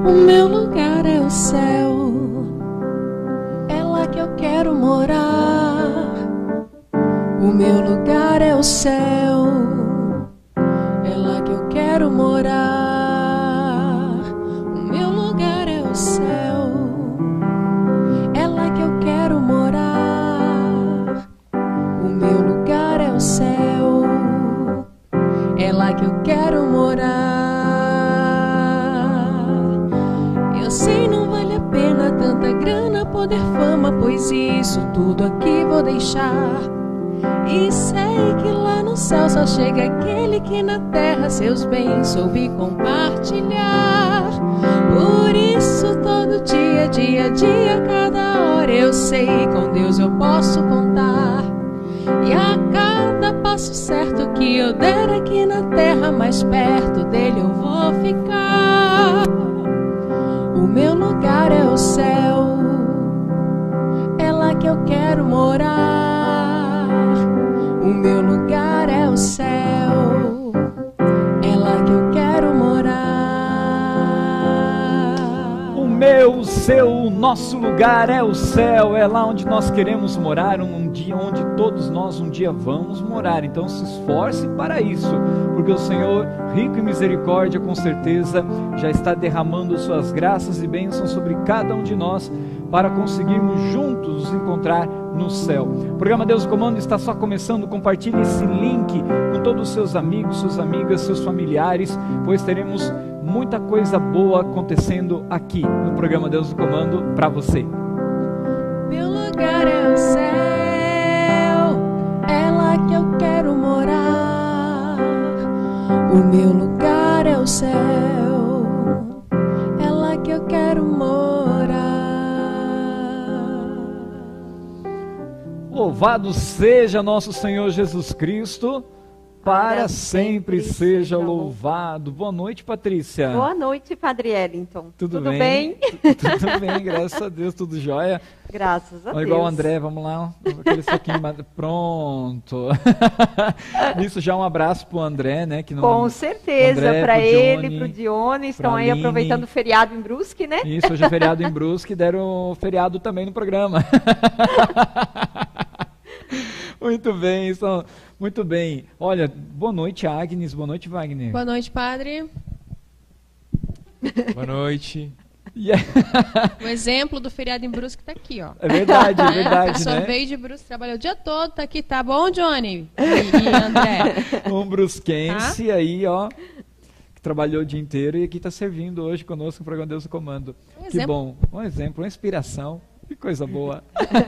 O meu lugar é o céu, é lá que eu quero morar. O meu lugar é o céu, é lá que eu quero morar. O meu lugar é o céu, é lá que eu quero morar. O meu lugar é o céu, é lá que eu quero morar. Eu sei, não vale a pena tanta grana, poder, fama, pois isso tudo aqui vou deixar. E sei que lá no céu só chega aquele que na terra seus bens soube compartilhar. Por isso todo dia, dia a dia, cada hora eu sei, com Deus eu posso contar. E a cada passo certo que eu der aqui na terra, mais perto dele eu vou ficar. O meu lugar é o céu, é lá que eu quero morar. O meu lugar é o céu, é lá que eu quero morar. O meu, o seu, o nosso lugar é o céu, é lá onde nós queremos morar, um dia onde todos nós um dia vamos morar. Então se esforce para isso, porque o Senhor, rico em misericórdia, com certeza já está derramando suas graças e bênçãos sobre cada um de nós, para conseguirmos juntos nos encontrar no céu. O programa Deus no Comando está só começando. Compartilhe esse link com todos os seus amigos, suas amigas, seus familiares, pois teremos muita coisa boa acontecendo aqui no programa Deus no Comando para você. Meu lugar é o céu, é lá que eu quero morar. O meu lugar é o céu, é lá que eu quero morar. Louvado seja nosso Senhor Jesus Cristo, para sempre seja louvado. Boa noite, Patrícia. Boa noite, Padre Ellington. Tudo bem? Tudo bem, graças a Deus, tudo jóia. Graças a Deus. Igual o André, vamos lá, aquele soquinho, pronto. Isso já um abraço pro André, né? Que não, com certeza, para ele, pro Dione, estão aí Aline. Aproveitando o feriado em Brusque, né? Isso, hoje é feriado em Brusque, deram feriado também no programa. Muito bem, isso, muito bem. Olha, boa noite, Agnes, boa noite, Wagner. Boa noite, padre. Boa noite. O exemplo do feriado em Brusque está aqui, ó. É verdade, é verdade, A pessoa né? veio de Brusque, trabalhou o dia todo, tá aqui, tá bom, Johnny? E André? Um brusquense aí, ó, que trabalhou o dia inteiro e aqui está servindo hoje conosco no programa Deus no Comando. Que bom, um exemplo, uma inspiração, que coisa boa.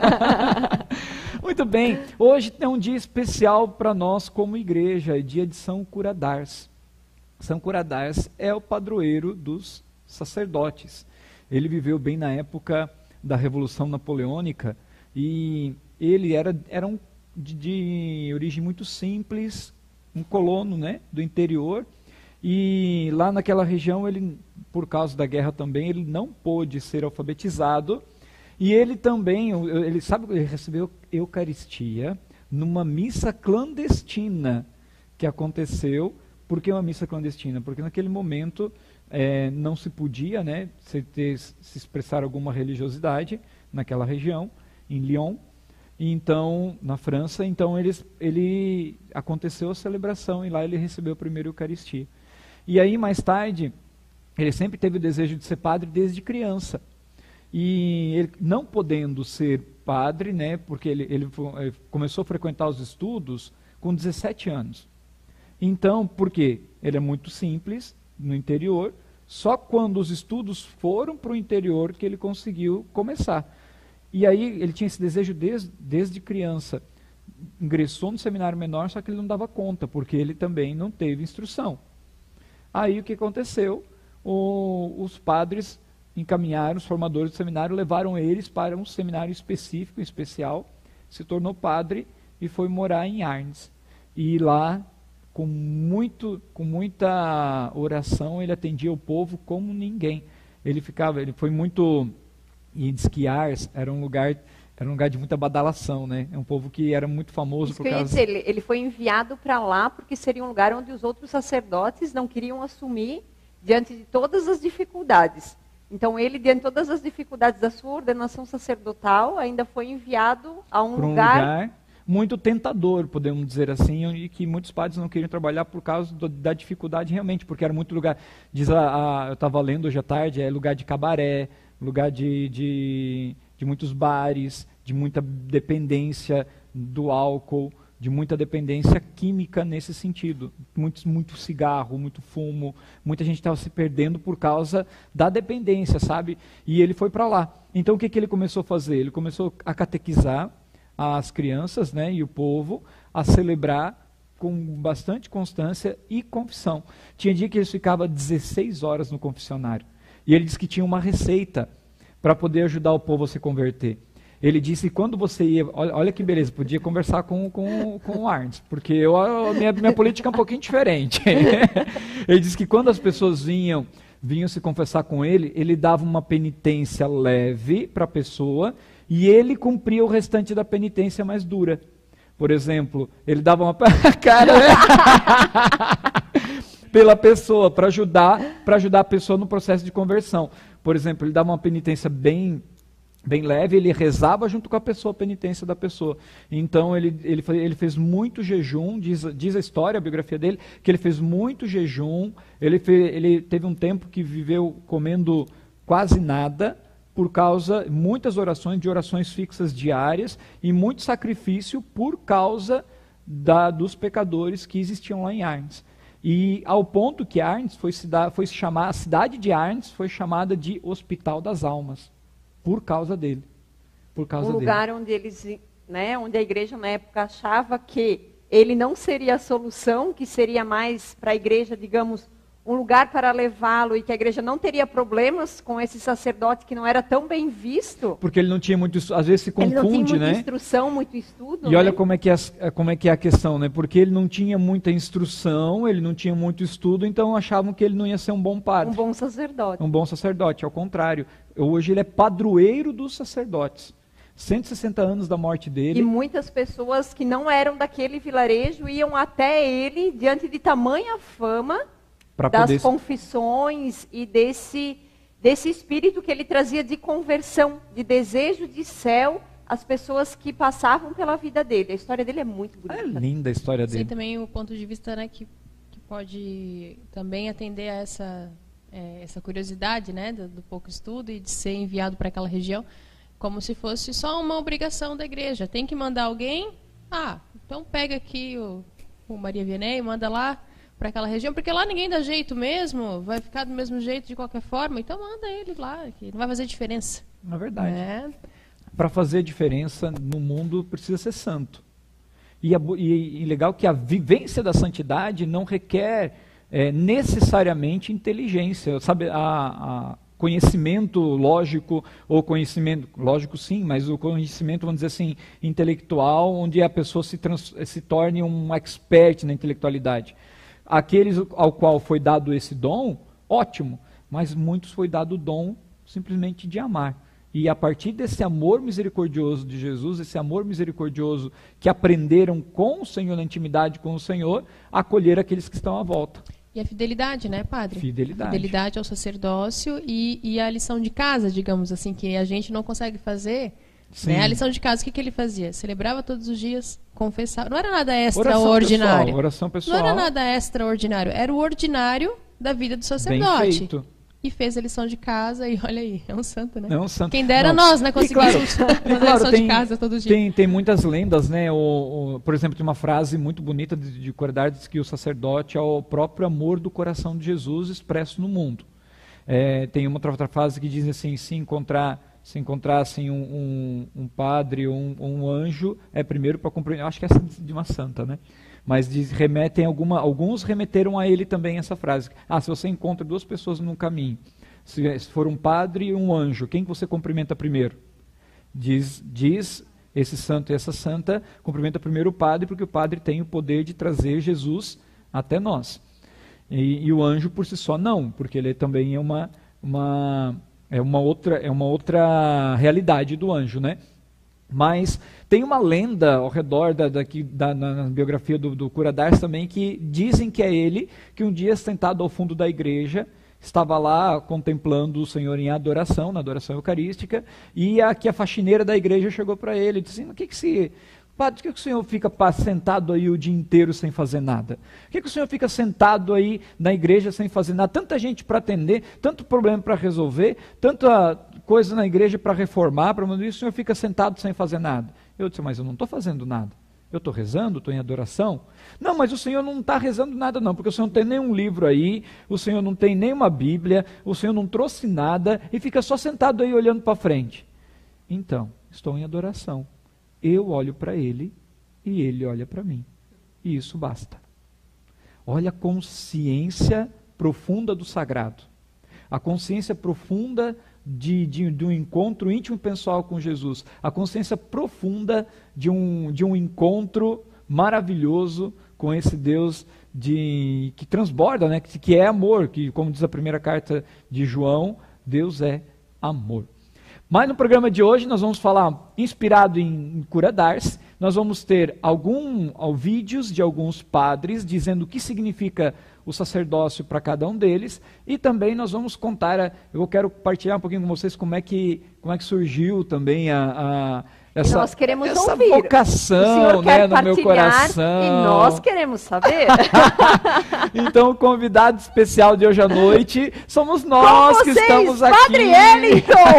Muito bem, hoje é um dia especial para nós como igreja, é dia de São Curadars. São Curadars é o padroeiro dos sacerdotes. Ele viveu bem na época da Revolução Napoleônica e ele era de origem muito simples, um colono, né, do interior, e lá naquela região, ele, por causa da guerra também, ele não pôde ser alfabetizado. E ele também, ele recebeu Eucaristia numa missa clandestina que aconteceu. Por que uma missa clandestina? Porque naquele momento não se podia, né, se expressar alguma religiosidade naquela região, em Lyon, e então, na França. Então ele aconteceu a celebração e lá ele recebeu a primeira Eucaristia. E aí mais tarde, ele sempre teve o desejo de ser padre desde criança. E ele, não podendo ser padre, né, porque ele começou a frequentar os estudos com 17 anos. Então, por quê? Ele é muito simples, no interior, só quando os estudos foram para o interior que ele conseguiu começar. E aí ele tinha esse desejo desde criança. Ingressou no seminário menor, só que ele não dava conta, porque ele também não teve instrução. Aí o que aconteceu? Os padres encaminharam, os formadores do seminário, levaram eles para um seminário específico, especial, se tornou padre e foi morar em Arnes. E lá, com muita oração, ele atendia o povo como ninguém. Ele foi muito... E diz que Ars era um lugar de muita badalação, né? É um povo que era muito famoso por causa... Ele foi enviado para lá porque seria um lugar onde os outros sacerdotes não queriam assumir diante de todas as dificuldades. Então ele, diante de todas as dificuldades da sua ordenação sacerdotal, ainda foi enviado a um lugar muito tentador, podemos dizer assim, e que muitos padres não queriam trabalhar por causa da dificuldade realmente, porque era muito lugar, eu estava lendo hoje à tarde, é lugar de cabaré, lugar de muitos bares, de muita dependência do álcool, de muita dependência química nesse sentido. Muito cigarro, muito fumo, muita gente estava se perdendo por causa da dependência, sabe? E ele foi para lá. Então o que ele começou a fazer? Ele começou a catequizar as crianças, né, e o povo a celebrar com bastante constância e confissão. Tinha dia que eles ficavam 16 horas no confessionário. E ele disse que tinha uma receita para poder ajudar o povo a se converter. Ele disse que quando você ia... Olha que beleza, podia conversar com o Arnes, porque minha política é um pouquinho diferente. Ele disse que quando as pessoas vinham se confessar com ele, ele dava uma penitência leve para a pessoa e ele cumpria o restante da penitência mais dura. Por exemplo, ele dava uma... cara, né? Pela pessoa, para ajudar a pessoa no processo de conversão. Por exemplo, ele dava uma penitência bem leve, ele rezava junto com a pessoa, a penitência da pessoa. Então ele fez muito jejum, diz a história, a biografia dele, que ele fez muito jejum, ele teve um tempo que viveu comendo quase nada, por causa, muitas orações fixas diárias, e muito sacrifício por causa dos pecadores que existiam lá em Arnes. E ao ponto que Arnes a cidade de Arnes foi chamada de Hospital das Almas. Por causa dele. Um lugar onde onde a igreja na época achava que ele não seria a solução, que seria mais para a igreja, digamos, um lugar para levá-lo e que a igreja não teria problemas com esse sacerdote que não era tão bem visto. Porque ele não tinha muito, às vezes se confunde, né? Ele não tinha muita instrução, muito estudo. E olha como é que é a questão, né? Porque ele não tinha muita instrução, ele não tinha muito estudo, então achavam que ele não ia ser um bom padre. Um bom sacerdote. Um bom sacerdote, ao contrário. Hoje ele é padroeiro dos sacerdotes. 160 anos da morte dele. E muitas pessoas que não eram daquele vilarejo iam até ele diante de tamanha fama das confissões e desse espírito que ele trazia de conversão, de desejo de céu, às pessoas que passavam pela vida dele. A história dele é muito bonita. É linda a história dele. Sim, também o ponto de vista, né, que pode também atender a essa curiosidade, né, do pouco estudo e de ser enviado para aquela região, como se fosse só uma obrigação da igreja. Tem que mandar alguém? Então pega aqui o Maria Vianney e manda lá para aquela região, porque lá ninguém dá jeito mesmo, vai ficar do mesmo jeito de qualquer forma, então manda ele lá, que não vai fazer diferença. É verdade. Para fazer diferença no mundo precisa ser santo. E legal que a vivência da santidade não requer necessariamente inteligência, sabe? Conhecimento lógico, ou conhecimento, lógico sim, mas o conhecimento, vamos dizer assim, intelectual, onde a pessoa se torne um expert na intelectualidade. Aqueles ao qual foi dado esse dom, ótimo, mas muitos foi dado o dom simplesmente de amar. E a partir desse amor misericordioso de Jesus, esse amor misericordioso que aprenderam com o Senhor, na intimidade com o Senhor, acolher aqueles que estão à volta. E a fidelidade, né, padre? Fidelidade. A fidelidade ao sacerdócio e a lição de casa, digamos assim, que a gente não consegue fazer. Né? A lição de casa, o que ele fazia? Celebrava todos os dias, confessava. Não era nada extraordinário. Oração pessoal. Não era nada extraordinário. Era o ordinário da vida do sacerdote. Bem feito. E fez a lição de casa e olha aí, é um santo, né? É um santo. Quem dera nós, né? Conseguimos fazer a lição de casa todo dia. Tem muitas lendas, né? Por exemplo, tem uma frase muito bonita de Cordar, diz que o sacerdote é o próprio amor do coração de Jesus expresso no mundo. Tem uma outra frase que diz assim, se encontrassem um padre ou um anjo, primeiro para compreender, acho que essa é de uma santa, né? Mas alguns remeteram a ele também essa frase. Se você encontra duas pessoas no caminho, se for um padre e um anjo, quem que você cumprimenta primeiro? Diz esse santo e essa santa, cumprimenta primeiro o padre, porque o padre tem o poder de trazer Jesus até nós. E o anjo por si só não, porque ele também é uma outra realidade do anjo, né? Mas tem uma lenda ao redor na biografia do Cura d'Ars também, que dizem que é ele que um dia, sentado ao fundo da igreja, estava lá contemplando o Senhor em adoração, na adoração eucarística, e aqui a faxineira da igreja chegou para ele e disse assim, Padre, por que o senhor fica sentado aí o dia inteiro sem fazer nada? Por que o senhor fica sentado aí na igreja sem fazer nada? Tanta gente para atender, tanto problema para resolver, tanta coisa na igreja para reformar, e o senhor fica sentado sem fazer nada. Eu disse, mas eu não estou fazendo nada. Eu estou rezando, estou em adoração. Não, mas o senhor não está rezando nada não, porque o senhor não tem nenhum livro aí, o senhor não tem nenhuma Bíblia, o senhor não trouxe nada e fica só sentado aí olhando para frente. Então, estou em adoração. Eu olho para ele e ele olha para mim. E isso basta. Olha a consciência profunda do sagrado. A consciência profunda de um encontro íntimo e pessoal com Jesus. A consciência profunda de um encontro maravilhoso com esse Deus que transborda, né? Que é amor, que, como diz a primeira carta de João, Deus é amor. Mas no programa de hoje nós vamos falar, inspirado em Cura d'Ars, nós vamos ter vídeos de alguns padres dizendo o que significa o sacerdócio para cada um deles, e também nós vamos contar, eu quero partilhar um pouquinho com vocês como é que surgiu também essa vocação, né, no meu coração. E nós queremos saber. Então, o convidado especial de hoje à noite somos nós que estamos aqui. Padre Eliton!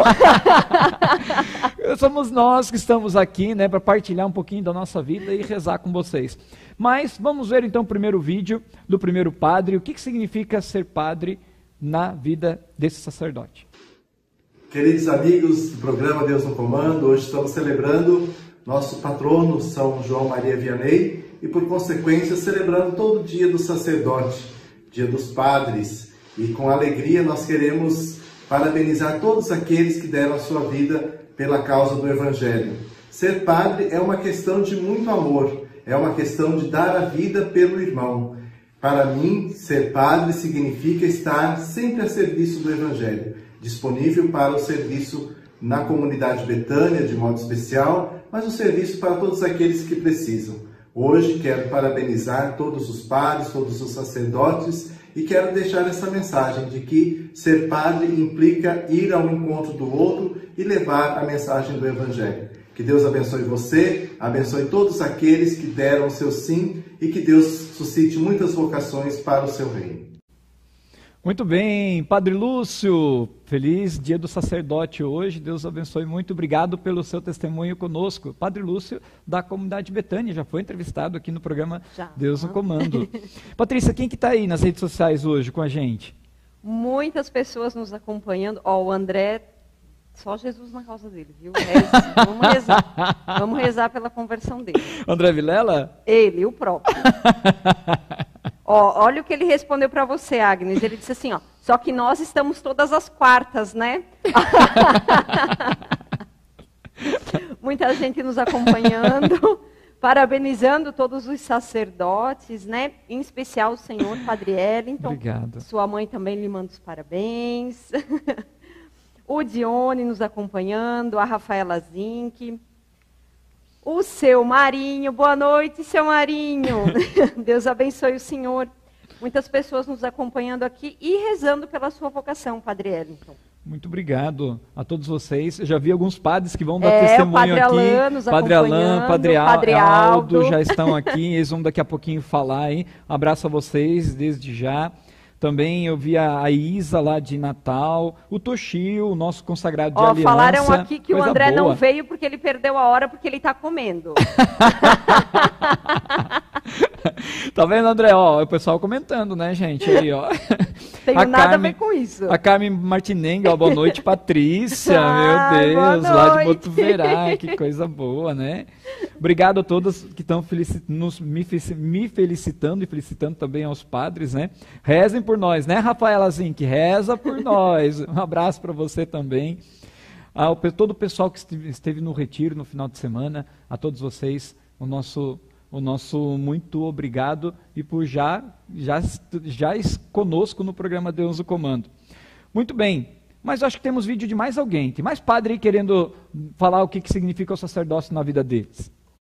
Somos nós que estamos aqui, né, para partilhar um pouquinho da nossa vida e rezar com vocês. Mas vamos ver então o primeiro vídeo do primeiro padre, o que significa ser padre na vida desse sacerdote. Queridos amigos do programa Deus no Comando, hoje estamos celebrando nosso patrono São João Maria Vianney e, por consequência, celebrando todo o dia do sacerdote, dia dos padres. E com alegria nós queremos parabenizar todos aqueles que deram a sua vida pela causa do Evangelho. Ser padre é uma questão de muito amor, é uma questão de dar a vida pelo irmão. Para mim, ser padre significa estar sempre a serviço do Evangelho, disponível para o serviço na comunidade Betânia, de modo especial, mas o serviço para todos aqueles que precisam. Hoje quero parabenizar todos os padres, todos os sacerdotes, e quero deixar essa mensagem de que ser padre implica ir ao encontro do outro e levar a mensagem do Evangelho. Que Deus abençoe você, abençoe todos aqueles que deram o seu sim e que Deus suscite muitas vocações para o seu reino. Muito bem, Padre Lúcio, feliz dia do sacerdote hoje, Deus abençoe muito, obrigado pelo seu testemunho conosco. Padre Lúcio, da comunidade Betânia, já foi entrevistado aqui no programa Deus no Comando. Patrícia, quem que está aí nas redes sociais hoje com a gente? Muitas pessoas nos acompanhando, o André, só Jesus na causa dele, viu? Vamos rezar pela conversão dele. André Vilela? Ele, o próprio. Olha o que ele respondeu para você, Agnes. Ele disse assim, só que nós estamos todas as quartas, né? Muita gente nos acompanhando, parabenizando todos os sacerdotes, né? Em especial o senhor Padre Eliton. Obrigado. Sua mãe também lhe manda os parabéns. O Dione nos acompanhando, a Rafaela Zinck. O seu Marinho, boa noite, seu Marinho. Deus abençoe o senhor. Muitas pessoas nos acompanhando aqui e rezando pela sua vocação, Padre Eliton. Muito obrigado a todos vocês. Eu já vi alguns padres que vão dar testemunho Padre aqui. Alain nos Padre Alain, Padre Aldo já estão aqui. Eles vão daqui a pouquinho falar, hein? Um abraço a vocês desde já. Também eu vi a Isa lá de Natal, o Toshio, o nosso consagrado de aliança. Falaram aqui que o André boa. Não veio porque ele perdeu a hora, porque ele está comendo. Tá vendo, André? O pessoal comentando, né, gente? Aí, Tenho nada a ver com isso. A Carmen Martinenga, boa noite, Patrícia, meu Deus, lá de Botuverá, que coisa boa, né? Obrigado a todos que estão me felicitando e felicitando também aos padres, né? Rezem por nós, né, Rafaela Zinck? Reza por nós. Um abraço para você também. Todo o pessoal que esteve no retiro no final de semana, a todos vocês, o nosso muito obrigado e por já conosco no programa Deus no Comando. Muito bem, mas acho que temos vídeo de mais alguém. Tem mais padre aí querendo falar o que significa o sacerdócio na vida deles.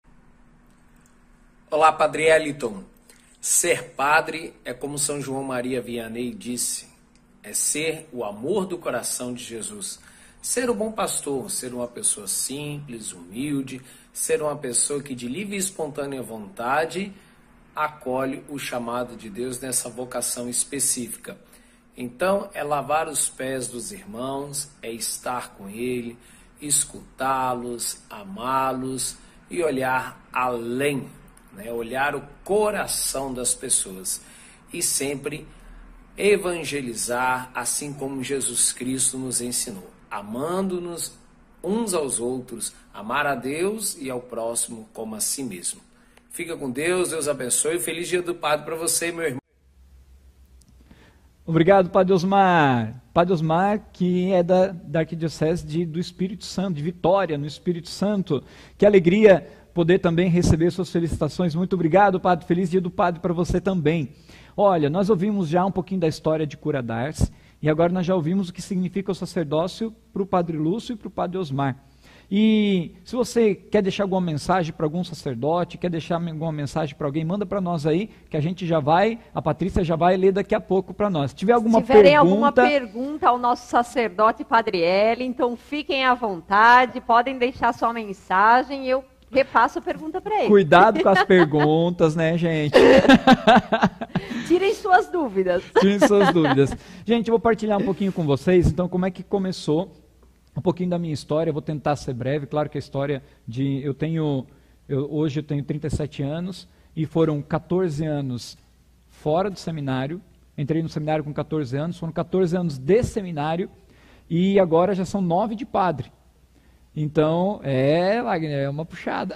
Olá, Padre Eliton. Ser padre é como São João Maria Vianney disse, é ser o amor do coração de Jesus. Ser o bom pastor, ser uma pessoa simples, humilde, ser uma pessoa que de livre e espontânea vontade acolhe o chamado de Deus nessa vocação específica. Então, é lavar os pés dos irmãos, é estar com ele, escutá-los, amá-los e olhar além, né? Olhar o coração das pessoas e sempre evangelizar, assim como Jesus Cristo nos ensinou, amando-nos uns aos outros, amar a Deus e ao próximo como a si mesmo. Fica com Deus, Deus abençoe. Feliz Dia do Padre para você, meu irmão. Obrigado, Padre Osmar. Padre Osmar, que é da Arquidiocese do Espírito Santo, de Vitória, no Espírito Santo. Que alegria poder também receber suas felicitações. Muito obrigado, Padre. Feliz Dia do Padre para você também. Olha, nós ouvimos já um pouquinho da história de Cura d'Ars, e agora nós já ouvimos o que significa o sacerdócio para o Padre Lúcio e para o Padre Osmar. E se você quer deixar alguma mensagem para algum sacerdote, quer deixar alguma mensagem para alguém, manda para nós aí, que a gente a Patrícia já vai ler daqui a pouco para nós. Se tiverem alguma pergunta ao nosso sacerdote Padre Eli, então fiquem à vontade, podem deixar sua mensagem e eu repasso a pergunta para ele. Cuidado com as perguntas, né, gente? Tirem suas dúvidas. Tirem suas dúvidas. Gente, eu vou partilhar um pouquinho com vocês, então, como é que começou um pouquinho da minha história. Eu vou tentar ser breve. Claro que a história hoje eu tenho 37 anos e foram 14 anos fora do seminário. Entrei no seminário com 14 anos, foram 14 anos de seminário e agora já são 9 de padre. Então, Wagner, é uma puxada.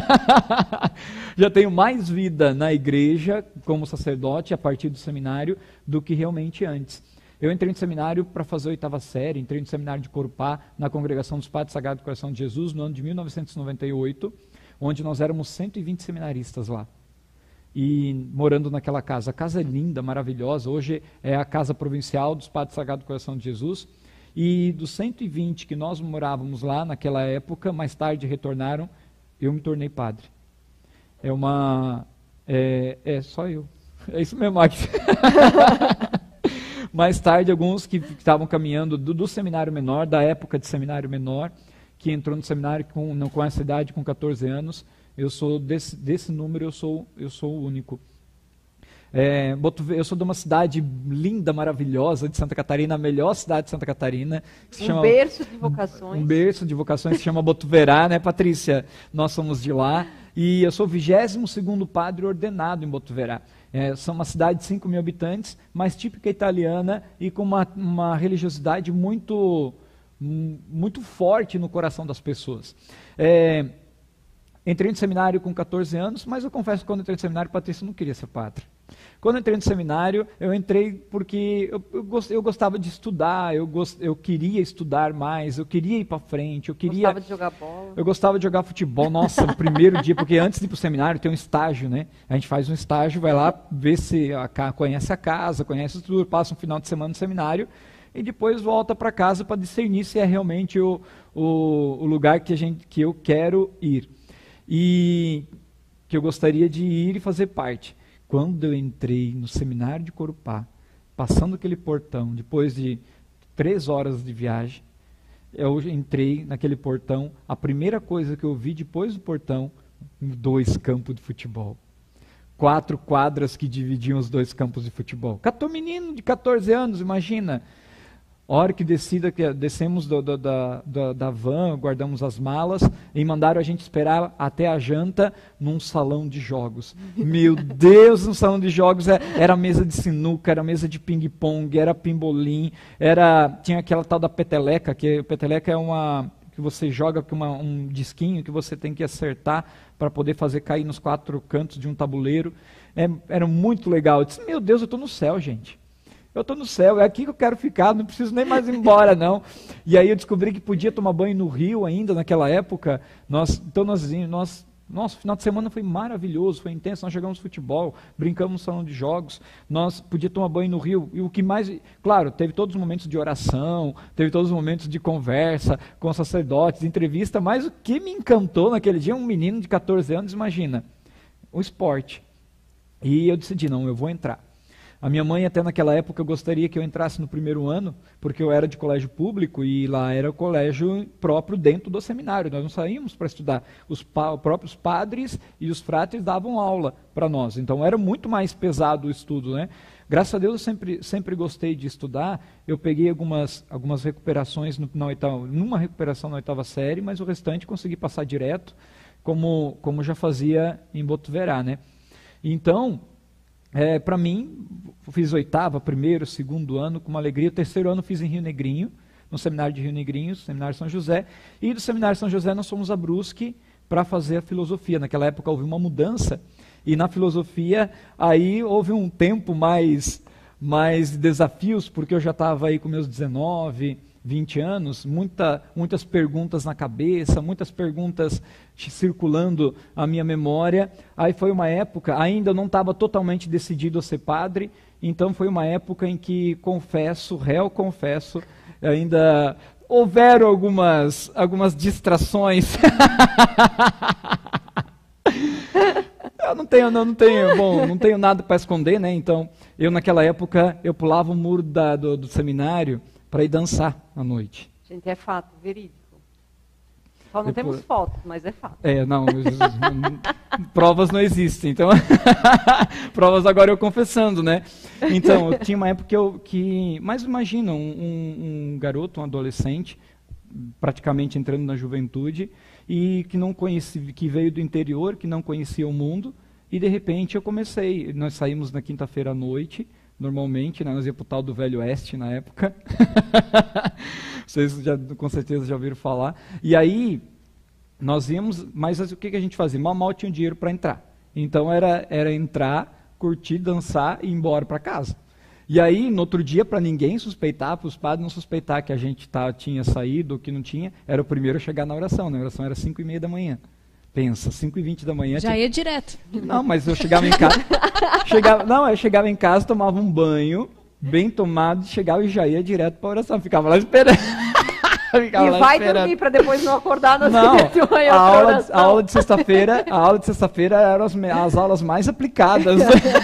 Já tenho mais vida na igreja como sacerdote a partir do seminário do que realmente antes. Eu entrei no seminário para fazer a 8ª série, entrei no seminário de Corupá, na Congregação dos Padres Sagrados do Coração de Jesus, no ano de 1998, onde nós éramos 120 seminaristas lá. E morando naquela casa. A casa é linda, maravilhosa, hoje é a Casa Provincial dos Padres Sagrados do Coração de Jesus. E dos 120 que nós morávamos lá naquela época, mais tarde retornaram, eu me tornei padre. Só eu. É isso mesmo, Max. Mais tarde, alguns que estavam caminhando do seminário menor, da época de seminário menor, que entrou no seminário com essa idade, com 14 anos, eu sou desse número, eu sou o único. Eu sou de uma cidade linda, maravilhosa de Santa Catarina, a melhor cidade de Santa Catarina. Berço de vocações. Um berço de vocações, se chama Botuverá, né, Patrícia? Nós somos de lá. E eu sou o 22º padre ordenado em Botuverá. São uma cidade de 5 mil habitantes, mas típica italiana e com uma religiosidade muito, muito forte no coração das pessoas. Entrei no seminário com 14 anos, mas eu confesso que quando entrei no seminário, Patrícia não queria ser padre. Quando eu entrei no seminário, eu entrei porque eu gostava de estudar, eu queria estudar mais, eu queria ir para frente, gostava de jogar bola. Eu gostava de jogar futebol, nossa, no primeiro dia, porque antes de ir para o seminário tem um estágio, né? A gente faz um estágio, vai lá ver se conhece a casa, conhece tudo, passa um final de semana no seminário e depois volta para casa para discernir se é realmente o lugar que eu quero ir. E que eu gostaria de ir e fazer parte. Quando eu entrei no seminário de Corupá, passando aquele portão, depois de 3 horas de viagem, eu entrei naquele portão, a primeira coisa que eu vi depois do portão, 2 campos de futebol. 4 quadras que dividiam os 2 campos de futebol. Menino de 14 anos, imagina. A hora que descemos da van, guardamos as malas e mandaram a gente esperar até a janta num salão de jogos. Meu Deus, no salão de jogos era mesa de sinuca, era mesa de ping-pong, era pimbolim, tinha aquela tal da peteleca, que peteleca é que você joga com um disquinho que você tem que acertar para poder fazer cair nos 4 cantos de um tabuleiro. Era muito legal. Eu disse, meu Deus, eu estou no céu, gente. Eu estou no céu, é aqui que eu quero ficar, não preciso nem mais ir embora, não. E aí eu descobri que podia tomar banho no rio ainda, naquela época. Nosso final de semana foi maravilhoso, foi intenso, nós jogamos futebol, brincamos no salão de jogos, nós podíamos tomar banho no rio. E o que mais, claro, teve todos os momentos de oração, teve todos os momentos de conversa com sacerdotes, de entrevista, mas o que me encantou naquele dia, um menino de 14 anos, imagina, o esporte. E eu decidi, não, eu vou entrar. A minha mãe, até naquela época, gostaria que eu entrasse no primeiro ano, porque eu era de colégio público e lá era o colégio próprio dentro do seminário. Nós não saímos para estudar. Os próprios padres e os fratres davam aula para nós. Então era muito mais pesado o estudo, né? Graças a Deus eu sempre gostei de estudar. Eu peguei algumas recuperações numa recuperação na 8ª série, mas o restante consegui passar direto, como já fazia em Botuverá, né? Então, para mim, fiz 8ª, 1º, 2º ano com uma alegria. O 3º ano fiz em Rio Negrinho, no seminário de Rio Negrinho, seminário São José. E do seminário São José nós fomos a Brusque para fazer a filosofia. Naquela época houve uma mudança e na filosofia aí houve um tempo mais desafios, porque eu já estava aí com meus 19, 20 anos, muitas perguntas na cabeça, muitas perguntas circulando a minha memória. Aí foi uma época, ainda não estava totalmente decidido a ser padre, então foi uma época em que confesso, ainda houveram algumas distrações. Eu não tenho nada para esconder, né? Então, eu naquela época, eu pulava o muro do seminário para ir dançar à noite. Gente, é fato, verídico. Só não temos fotos, mas é fato. Não, provas não existem, então, provas agora eu confessando, né? Então, tinha uma época mas imagina, um garoto, um adolescente, praticamente entrando na juventude, e que não conhecia, que veio do interior, que não conhecia o mundo, e de repente nós saímos na quinta-feira à noite, normalmente, né, nós íamos para o tal do Velho Oeste na época, vocês com certeza já ouviram falar, e aí nós íamos, mas o que a gente fazia? Mal tinha dinheiro para entrar, então era entrar, curtir, dançar e ir embora para casa. E aí, no outro dia, para ninguém suspeitar, para os padres não suspeitar que a gente tinha saído ou que não tinha, era o primeiro a chegar na oração. A oração era 5h30 da manhã. Pensa, 5h20 da manhã. Já ia direto. Não, mas eu chegava em casa. Eu chegava em casa, tomava um banho, bem tomado, chegava e já ia direto para a oração. Ficava lá esperando. Dormir para depois não acordar na manhã. A aula de sexta-feira eram as aulas mais aplicadas.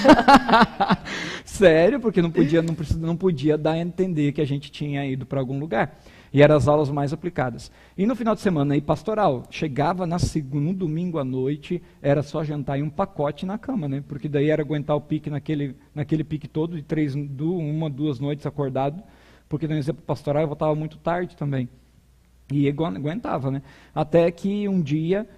Sério, porque não podia dar a entender que a gente tinha ido para algum lugar. E eram as aulas mais aplicadas. E no final de semana aí pastoral, chegava no domingo à noite, era só jantar em um pacote na cama, né? Porque daí era aguentar o pique naquele pique todo, de 1, 2 noites acordado, porque no exemplo pastoral eu voltava muito tarde também. E aguentava, né? Até que um dia,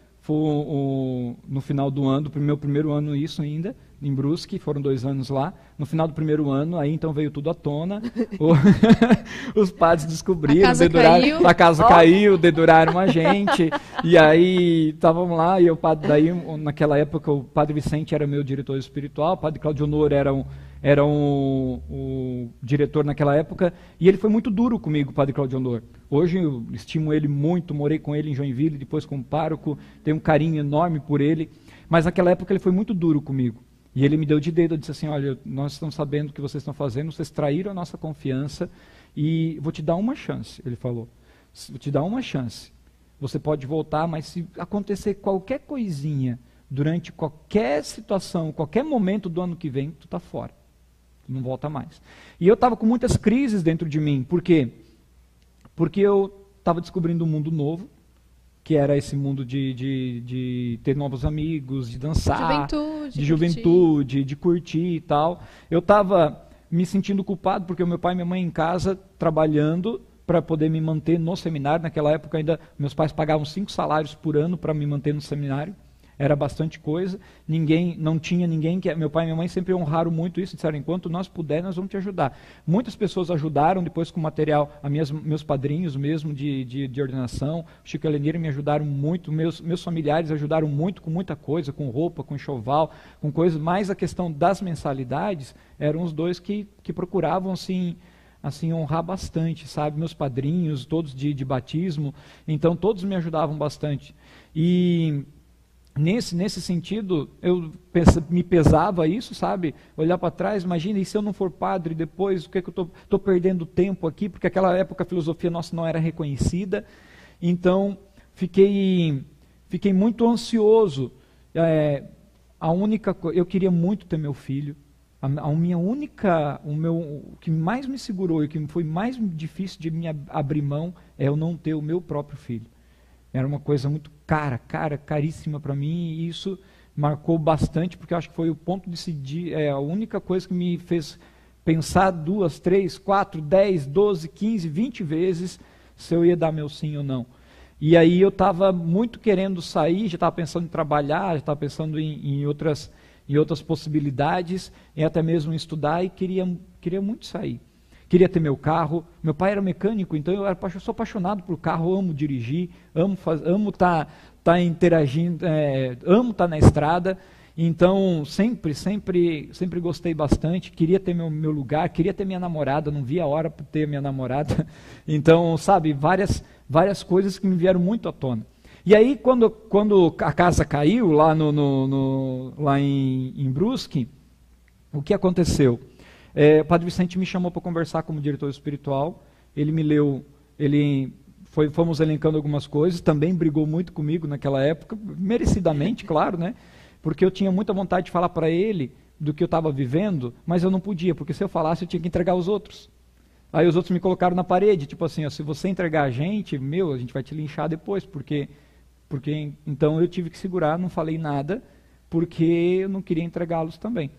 no final do ano, meu primeiro ano isso ainda, em Brusque, foram 2 anos lá. No final do primeiro ano, aí então veio tudo à tona. Os padres descobriram, a casa caiu, deduraram a gente. E aí estávamos lá, e o padre, daí naquela época o padre Vicente era meu diretor espiritual, o padre Claudio Honor era o diretor naquela época, e ele foi muito duro comigo, o padre Claudio Honor. Hoje eu estimo ele muito, morei com ele em Joinville, depois como pároco, tenho um carinho enorme por ele, mas naquela época ele foi muito duro comigo. E ele me deu de dedo, disse assim, olha, nós estamos sabendo o que vocês estão fazendo, vocês traíram a nossa confiança e vou te dar uma chance, ele falou. Vou te dar uma chance. Você pode voltar, mas se acontecer qualquer coisinha, durante qualquer situação, qualquer momento do ano que vem, tu está fora. Tu não volta mais. E eu estava com muitas crises dentro de mim. Por quê? Porque eu estava descobrindo um mundo novo, que era esse mundo de ter novos amigos, de dançar, de juventude, de curtir e tal. Eu estava me sentindo culpado porque o meu pai e minha mãe em casa trabalhando para poder me manter no seminário. Naquela época ainda meus pais pagavam 5 salários por ano para me manter no seminário. Era bastante coisa. Não tinha ninguém que... Meu pai e minha mãe sempre honraram muito isso, disseram, enquanto nós puder, nós vamos te ajudar. Muitas pessoas ajudaram depois com material, meus padrinhos mesmo de ordenação, Chico e Helenira me ajudaram muito, meus familiares ajudaram muito com muita coisa, com roupa, com enxoval, com coisas, mas a questão das mensalidades, eram os dois que procuravam, assim, honrar bastante, sabe? Meus padrinhos, todos de batismo, então todos me ajudavam bastante. E... Nesse sentido, me pesava isso, sabe? Olhar para trás, imagina, e se eu não for padre depois, o que é que eu estou perdendo tempo aqui? Porque naquela época a filosofia nossa não era reconhecida. Então, fiquei muito ansioso. Eu queria muito ter meu filho. o que mais me segurou e o que foi mais difícil de me abrir mão é eu não ter o meu próprio filho. Era uma coisa muito caríssima para mim, e isso marcou bastante, porque eu acho que foi o ponto de decidir, a única coisa que me fez pensar 2, 3, 4, 10, 12, 15, 20 vezes se eu ia dar meu sim ou não. E aí eu estava muito querendo sair, já estava pensando em trabalhar, já estava pensando em outras possibilidades, e até mesmo em estudar, e queria muito sair. Queria ter meu carro. Meu pai era mecânico, então eu sou apaixonado por carro, amo dirigir, amo estar interagindo, amo estar na estrada. Então sempre gostei bastante, queria ter meu lugar, queria ter minha namorada, não via a hora para ter minha namorada. Então, sabe, várias coisas que me vieram muito à tona. E aí, quando a casa caiu lá, lá em Brusque, o que aconteceu? O Padre Vicente me chamou para conversar como diretor espiritual, ele me leu, fomos elencando algumas coisas, também brigou muito comigo naquela época, merecidamente, claro, né? Porque eu tinha muita vontade de falar para ele do que eu estava vivendo, mas eu não podia, porque se eu falasse eu tinha que entregar os outros. Aí os outros me colocaram na parede, tipo assim, ó, se você entregar a gente vai te linchar depois, porque então eu tive que segurar, não falei nada, porque eu não queria entregá-los também.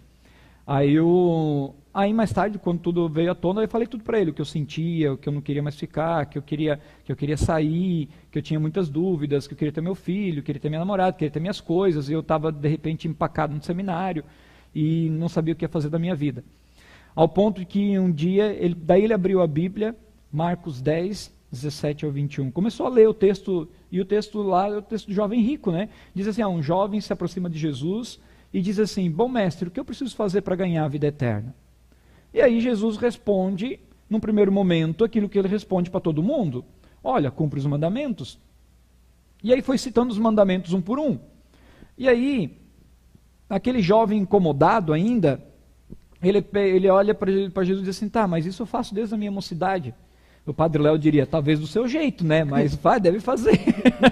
Aí mais tarde, quando tudo veio à tona, eu falei tudo para ele, o que eu sentia, o que eu não queria mais ficar, que eu queria sair, que eu tinha muitas dúvidas, que eu queria ter meu filho, queria ter minha namorada, queria ter minhas coisas, e eu estava, de repente, empacado no seminário, e não sabia o que ia fazer da minha vida. Ao ponto de que um dia, ele abriu a Bíblia, Marcos 10, 17 ao 21. Começou a ler o texto, e o texto lá é o texto do jovem rico, né? Diz assim, um jovem se aproxima de Jesus e diz assim, bom mestre, o que eu preciso fazer para ganhar a vida eterna? E aí Jesus responde, num primeiro momento, aquilo que ele responde para todo mundo. Olha, cumpre os mandamentos. E aí foi citando os mandamentos um por um. E aí, aquele jovem incomodado ainda, ele olha para Jesus e diz assim, tá, mas isso eu faço desde a minha mocidade. O Padre Léo diria, talvez do seu jeito, né? Mas deve fazer.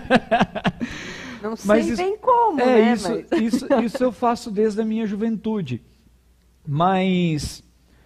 Não sei bem como, né? Isso eu faço desde a minha juventude. Mas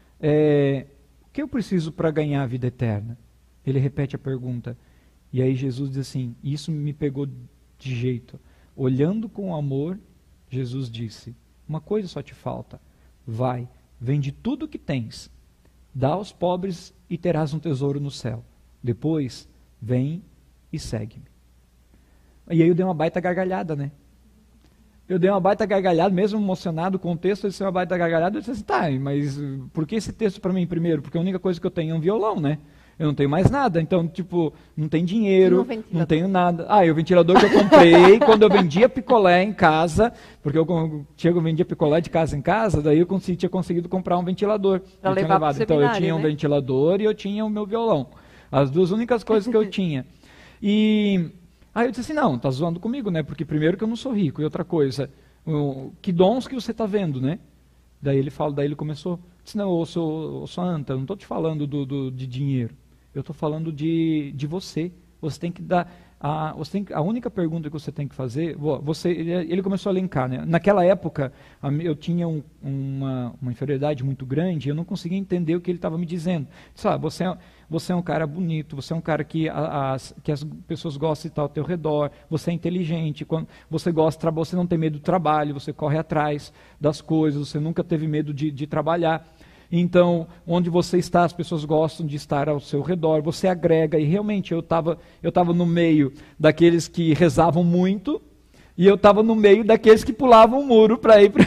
o que eu preciso para ganhar a vida eterna? Ele repete a pergunta. E aí Jesus diz assim, isso me pegou de jeito. Olhando com amor, Jesus disse, uma coisa só te falta. Vai, vende tudo o que tens, dá aos pobres e terás um tesouro no céu. Depois, vem e segue-me. E aí eu dei uma baita gargalhada, né? Eu dei uma baita gargalhada, mesmo emocionado com o texto, eu disse uma baita gargalhada, eu disse assim, tá, mas por que esse texto para mim primeiro? Porque a única coisa que eu tenho é um violão, né? Eu não tenho mais nada, então, tipo, não tem dinheiro, não tenho nada. E o ventilador que eu comprei, quando eu vendia picolé em casa, porque eu vendia picolé de casa em casa, daí eu tinha conseguido comprar um ventilador. Pra levar pro seminário, então eu tinha um ventilador e eu tinha o meu violão. As duas únicas coisas que eu tinha. E aí eu disse assim, não, tá zoando comigo, né? Porque primeiro que eu não sou rico, e outra coisa, que dons que você está vendo, né? Daí ele começou, disse, não, eu sou anta, eu não estou te falando de dinheiro, eu estou falando de você. Você tem que dar, a única pergunta que você tem que fazer, ele começou a elencar, né? Naquela época, eu tinha uma inferioridade muito grande, eu não conseguia entender o que ele estava me dizendo. Disse, você é um cara bonito, você é um cara que as pessoas gostam de estar ao teu redor, você é inteligente, quando você você não tem medo do trabalho, você corre atrás das coisas, você nunca teve medo de trabalhar. Então, onde você está, as pessoas gostam de estar ao seu redor, você agrega, e realmente eu estava no meio daqueles que rezavam muito, e eu estava no meio daqueles que pulavam o muro para ir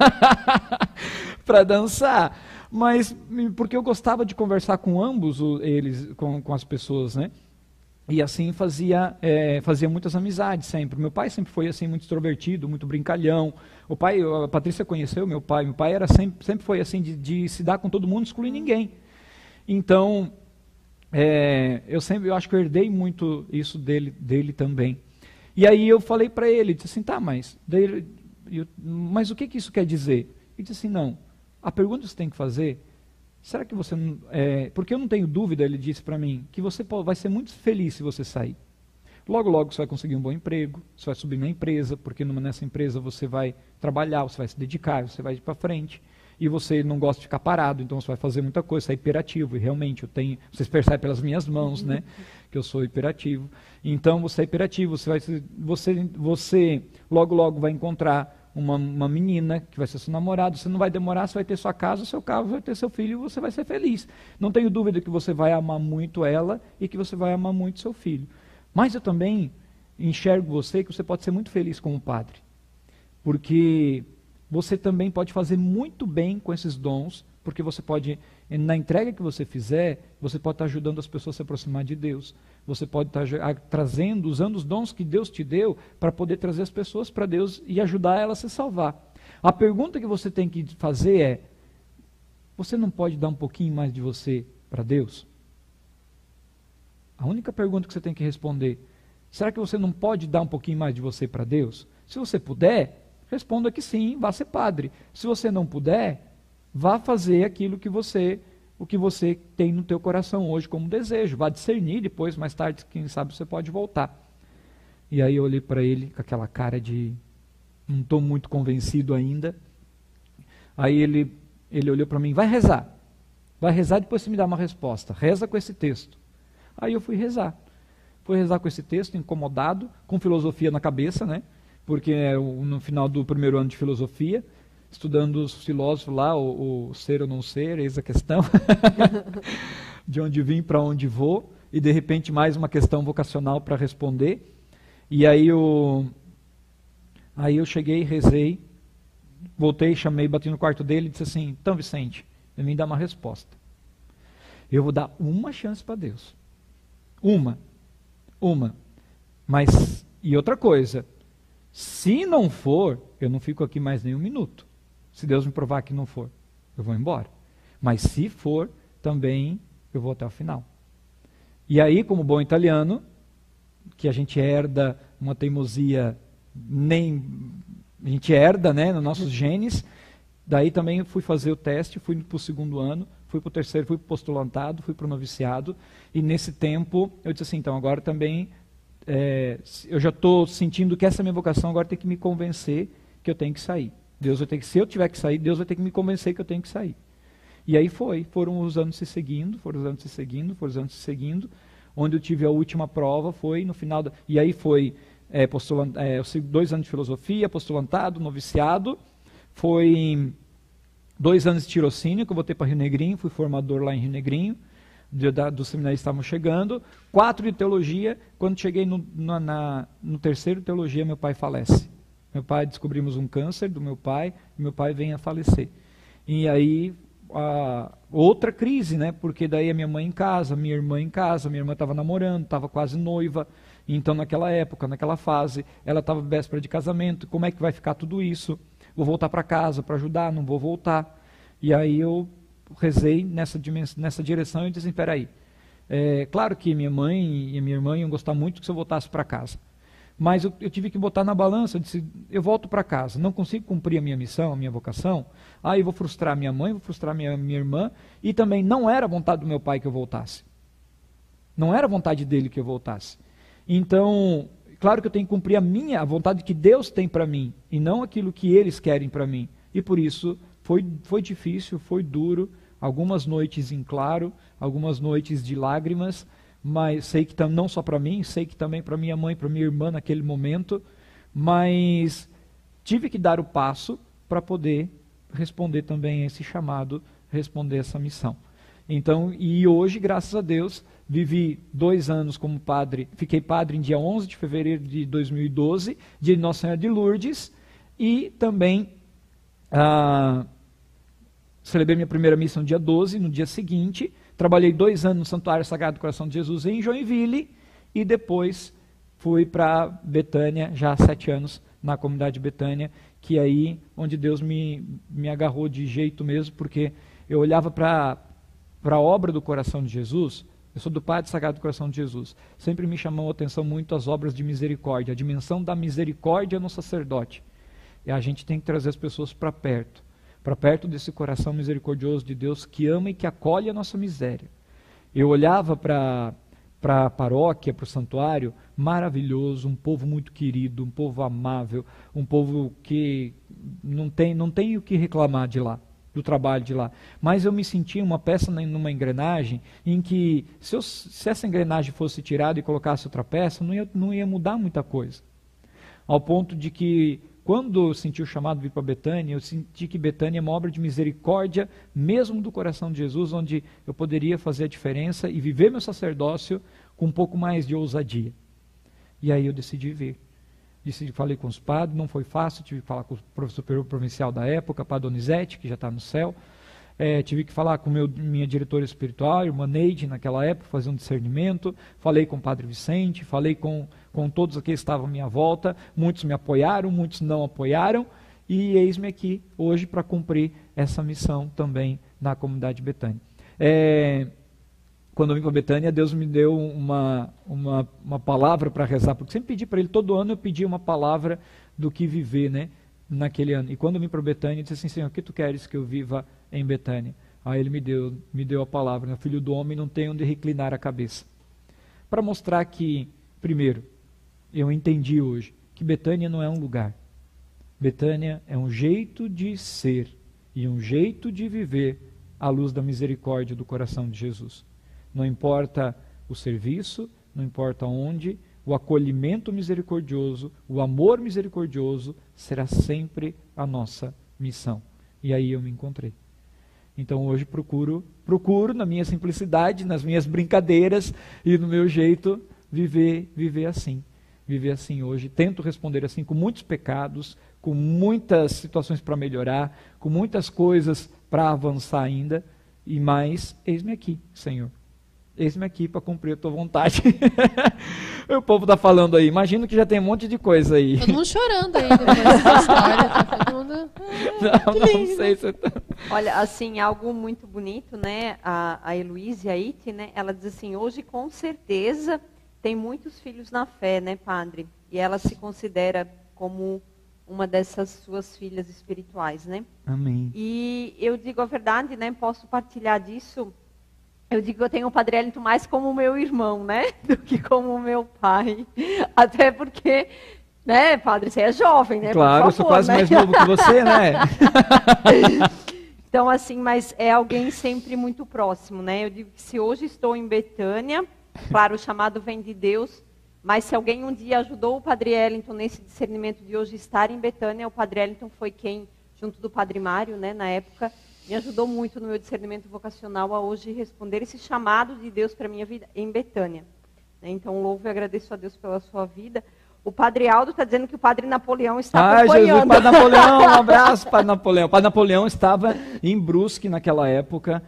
para dançar. Mas porque eu gostava de conversar com ambos eles, com as pessoas, né? E assim fazia muitas amizades sempre. Meu pai sempre foi assim muito extrovertido, muito brincalhão. A Patrícia conheceu meu pai. Meu pai era sempre foi assim de se dar com todo mundo, excluir ninguém. Então, eu acho que eu herdei muito isso dele também. E aí eu falei para ele, disse assim, tá, mas o que isso quer dizer? Ele disse assim, não, a pergunta que você tem que fazer, será que você não... porque eu não tenho dúvida, ele disse para mim, que você vai ser muito feliz se você sair. Logo, logo você vai conseguir um bom emprego, você vai subir na empresa, porque nessa empresa você vai trabalhar, você vai se dedicar, você vai ir para frente. e você não gosta de ficar parado, então você vai fazer muita coisa, você é hiperativo, e realmente vocês percebem pelas minhas mãos, né, que eu sou hiperativo. Então você é hiperativo, você logo vai encontrar uma menina que vai ser seu namorado, você não vai demorar, você vai ter sua casa, seu carro, vai ter seu filho, e você vai ser feliz. Não tenho dúvida que você vai amar muito ela e que você vai amar muito seu filho. Mas eu também enxergo que você pode ser muito feliz como padre, porque você também pode fazer muito bem com esses dons, porque você pode, na entrega que você fizer, você pode estar ajudando as pessoas a se aproximar de Deus. Você pode estar usando os dons que Deus te deu para poder trazer as pessoas para Deus e ajudar elas a se salvar. A pergunta que você tem que fazer é: você não pode dar um pouquinho mais de você para Deus? A única pergunta que você tem que responder: será que você não pode dar um pouquinho mais de você para Deus? Se você puder, responda que sim, vá ser padre. Se você não puder, vá fazer aquilo o que você tem no teu coração hoje como desejo. Vá discernir depois, mais tarde, quem sabe você pode voltar. E aí eu olhei para ele com aquela cara de não estou muito convencido ainda. Aí ele olhou para mim: vai rezar e depois você me dá uma resposta. Reza com esse texto. Aí eu fui rezar com esse texto, incomodado, com filosofia na cabeça, né? Porque no final do primeiro ano de filosofia, estudando os filósofos lá, o ser ou não ser, eis a questão, de onde vim, para onde vou, e de repente mais uma questão vocacional para responder. E aí eu cheguei, rezei, voltei, chamei, bati no quarto dele e disse assim: então Vicente, eu me dá uma resposta. Eu vou dar uma chance para Deus. Uma. Mas, e outra coisa, se não for, eu não fico aqui mais nem um minuto. Se Deus me provar que não for, eu vou embora. Mas se for, também eu vou até o final. E aí, como bom italiano, que a gente herda uma teimosia, a gente herda, né, nos nossos genes, daí também fui fazer o teste, fui para o segundo ano, fui para o terceiro, fui para o postulantado, fui para o noviciado, e nesse tempo eu disse assim: então agora também eu já estou sentindo que essa minha vocação agora tem que me convencer que eu tenho que sair. Se eu tiver que sair, Deus vai ter que me convencer que eu tenho que sair. E aí foram os anos se seguindo, onde eu tive a última prova, foi no final, e aí foi 2 anos de filosofia, postulantado, noviciado, foi 2 anos de tirocínio, que eu voltei para Rio Negrinho, fui formador lá em Rio Negrinho, dos seminários estavam chegando, 4 de teologia. Quando cheguei no terceiro teologia, meu pai falece. Descobrimos um câncer do meu pai, e meu pai vem a falecer. E aí, outra crise, né? Porque daí a minha mãe em casa, minha irmã estava namorando, estava quase noiva. Então naquela época, naquela fase, ela estava véspera de casamento. Como é que vai ficar tudo isso? Vou voltar para casa para ajudar? Não vou voltar. E aí eu rezei nessa direção e disse: espera aí. Claro que minha mãe e minha irmã iam gostar muito que se eu voltasse para casa. Mas eu tive que botar na balança, eu disse: eu volto para casa, não consigo cumprir a minha missão, a minha vocação, aí eu vou frustrar minha mãe, vou frustrar minha irmã, e também não era vontade do meu pai que eu voltasse. Não era vontade dele que eu voltasse. Então, claro que eu tenho que cumprir a vontade que Deus tem para mim, e não aquilo que eles querem para mim. E por isso, foi difícil, foi duro, algumas noites em claro, algumas noites de lágrimas, mas sei que não só para mim, sei que também para minha mãe, para minha irmã naquele momento, mas tive que dar o passo para poder responder também esse chamado, responder essa missão. Então, e hoje, graças a Deus, vivi 2 anos como padre, fiquei padre em dia 11 de fevereiro de 2012, de Nossa Senhora de Lourdes, e também celebrei minha primeira missa no dia 12, no dia seguinte. Trabalhei 2 anos no Santuário Sagrado do Coração de Jesus em Joinville, e depois fui para Betânia, já há 7 anos, na comunidade Betânia, que é aí onde Deus me agarrou de jeito mesmo, porque eu olhava para a obra do Coração de Jesus. Eu sou do Padre Sagrado do Coração de Jesus. Sempre me chamou a atenção muito as obras de misericórdia, a dimensão da misericórdia no sacerdote. E a gente tem que trazer as pessoas para perto desse coração misericordioso de Deus, que ama e que acolhe a nossa miséria. Eu olhava para a paróquia, para o santuário, maravilhoso, um povo muito querido, um povo amável, um povo que não tem o que reclamar de lá. do trabalho de lá. Mas eu me sentia uma peça numa engrenagem em que, se essa engrenagem fosse tirada e colocasse outra peça, não ia mudar muita coisa. Ao ponto de que, quando eu senti o chamado de vir para Betânia, eu senti que Betânia é uma obra de misericórdia, mesmo do coração de Jesus, onde eu poderia fazer a diferença e viver meu sacerdócio com um pouco mais de ousadia. E aí eu decidi vir. Falei com os padres, não foi fácil, tive que falar com o professor superior provincial da época, Padre Donizete, que já está no céu. Tive que falar com minha diretora espiritual, irmã Neide, naquela época, fazer um discernimento. Falei com o Padre Vicente, falei com todos aqueles que estavam à minha volta. Muitos me apoiaram, muitos não apoiaram. E eis-me aqui hoje para cumprir essa missão também na comunidade Betânia. Quando eu vim para Betânia, Deus me deu uma palavra para rezar, porque sempre pedi para Ele, todo ano eu pedia uma palavra do que viver, né, naquele ano. E quando eu vim para Betânia, eu disse assim: Senhor, o que Tu queres que eu viva em Betânia? Aí Ele me deu a palavra, né, Filho do homem não tem onde reclinar a cabeça. Para mostrar que, primeiro, eu entendi hoje que Betânia não é um lugar. Betânia é um jeito de ser e um jeito de viver à luz da misericórdia do coração de Jesus. Não importa o serviço, não importa onde, o acolhimento misericordioso, o amor misericordioso será sempre a nossa missão. E aí eu me encontrei. Então hoje procuro na minha simplicidade, nas minhas brincadeiras e no meu jeito viver assim. Viver assim hoje. Tento responder assim, com muitos pecados, com muitas situações para melhorar, com muitas coisas para avançar ainda. E mais, eis-me aqui, Senhor. Eis-me aqui para cumprir a Tua vontade. O povo está falando aí. Imagino que já tem um monte de coisa aí. Todo mundo chorando aí depois dessa história. Tá todo mundo... Não sei se... Olha, assim, algo muito bonito, né? A Heloísa e a Iti, né? Ela diz assim: hoje com certeza tem muitos filhos na fé, né, padre? E ela se considera como uma dessas suas filhas espirituais, né? Amém. E eu digo a verdade, né? Posso partilhar disso. Eu digo que eu tenho o Padre Wellington mais como meu irmão, né? Do que como meu pai. Até porque, né, padre, você é jovem, né? Claro, eu sou quase mais novo que você, né? Então, assim, mas é alguém sempre muito próximo, né? Eu digo que se hoje estou em Betânia, claro, o chamado vem de Deus, mas se alguém um dia ajudou o Padre Wellington nesse discernimento de hoje estar em Betânia, o Padre Wellington foi quem, junto do Padre Mário, né, na época, me ajudou muito no meu discernimento vocacional a hoje responder esse chamado de Deus para a minha vida em Betânia. Então, louvo e agradeço a Deus pela sua vida. O Padre Aldo está dizendo que o Padre Napoleão está acompanhando. Jesus, Padre Napoleão, um abraço, Padre Napoleão. O Padre Napoleão estava em Brusque naquela época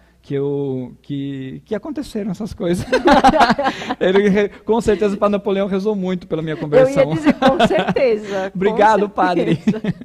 que aconteceram essas coisas. Ele, com certeza, o Padre Napoleão rezou muito pela minha conversão. Eu ia dizer, com certeza. Obrigado, com certeza. Padre.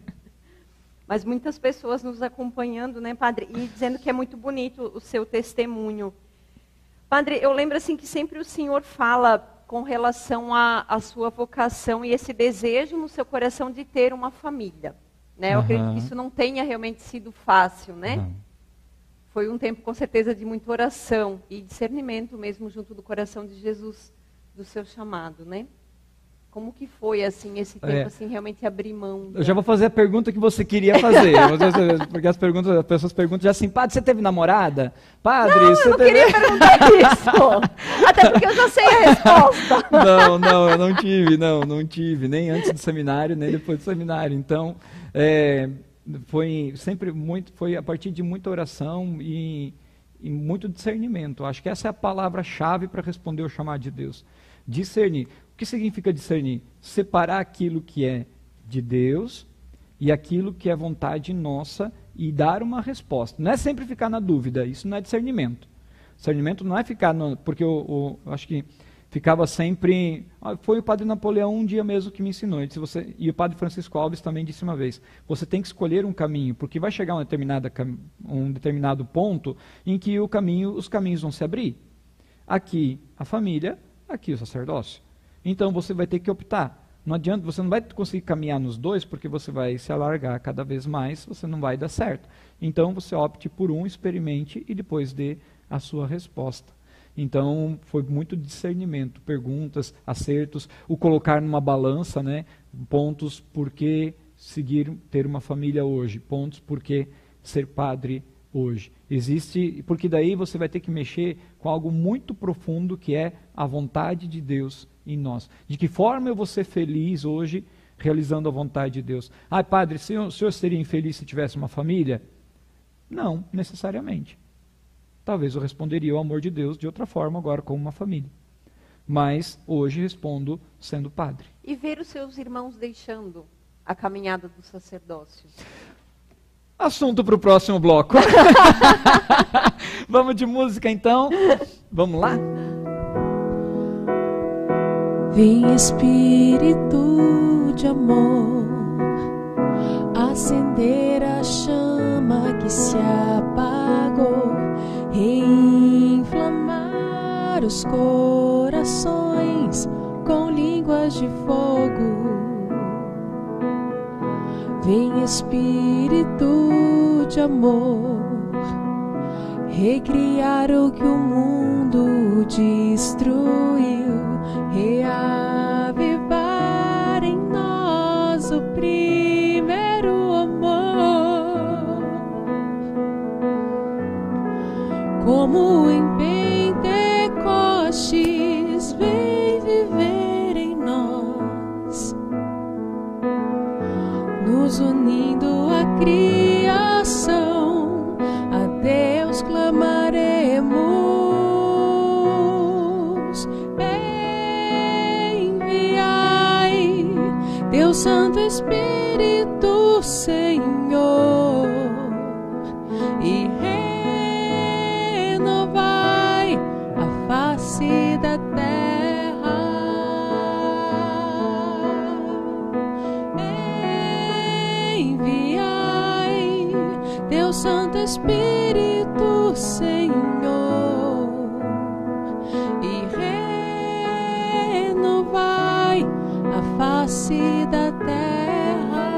Mas muitas pessoas nos acompanhando, né, padre? E dizendo que é muito bonito o seu testemunho. Padre, eu lembro assim que sempre o senhor fala com relação à sua vocação e esse desejo no seu coração de ter uma família. Né? Eu acredito que isso não tenha realmente sido fácil, né? Foi um tempo, com certeza, de muita oração e discernimento mesmo junto do coração de Jesus, do seu chamado, né? Como que foi, assim, esse tempo, assim, realmente abrir mão? Eu já vou fazer a pergunta que você queria fazer. Porque as pessoas perguntam já assim: padre, você teve namorada? Padre, não, você eu não teve... queria perguntar isso. Até porque eu já sei a resposta. Não, eu não tive. Nem antes do seminário, nem depois do seminário. Então, foi sempre muito, foi a partir de muita oração e muito discernimento. Acho que essa é a palavra-chave para responder o chamado de Deus. Discernir. O que significa discernir? Separar aquilo que é de Deus e aquilo que é vontade nossa e dar uma resposta. Não é sempre ficar na dúvida, isso não é discernimento. Discernimento não é ficar, porque eu acho que ficava sempre... Foi o Padre Napoleão um dia mesmo que me ensinou, e o Padre Francisco Alves também disse uma vez, você tem que escolher um caminho, porque vai chegar um determinado ponto em que os caminhos vão se abrir. Aqui a família, aqui o sacerdócio. Então você vai ter que optar. Não adianta, você não vai conseguir caminhar nos dois, porque você vai se alargar cada vez mais, você não vai dar certo. Então você opte por um, experimente e depois dê a sua resposta. Então foi muito discernimento, perguntas, acertos, o colocar numa balança, né, pontos por que ter uma família hoje, pontos por que ser padre hoje. Existe, porque daí você vai ter que mexer com algo muito profundo, que é a vontade de Deus em nós. De que forma eu vou ser feliz hoje realizando a vontade de Deus? Ah, padre, o senhor seria infeliz se tivesse uma família? Não, necessariamente. Talvez eu responderia ao amor de Deus de outra forma agora, como uma família. Mas hoje respondo sendo padre. E ver os seus irmãos deixando a caminhada do sacerdócio? Assunto para o próximo bloco. Vamos de música então? Vamos lá? Vem Espírito de amor, acender a chama que se apagou, reinflamar os corações com línguas de fogo. Vem Espírito de amor, recriar o que o mundo destruiu, reavivar em nós o primeiro amor. Como em Pentecostes, vem viver em nós, nos unindo à criação, a Deus clamaremos. Enviai Teu Santo Espírito, Senhor, e renovai a face da terra. Teu Santo Espírito, Senhor, e renovai a face da terra.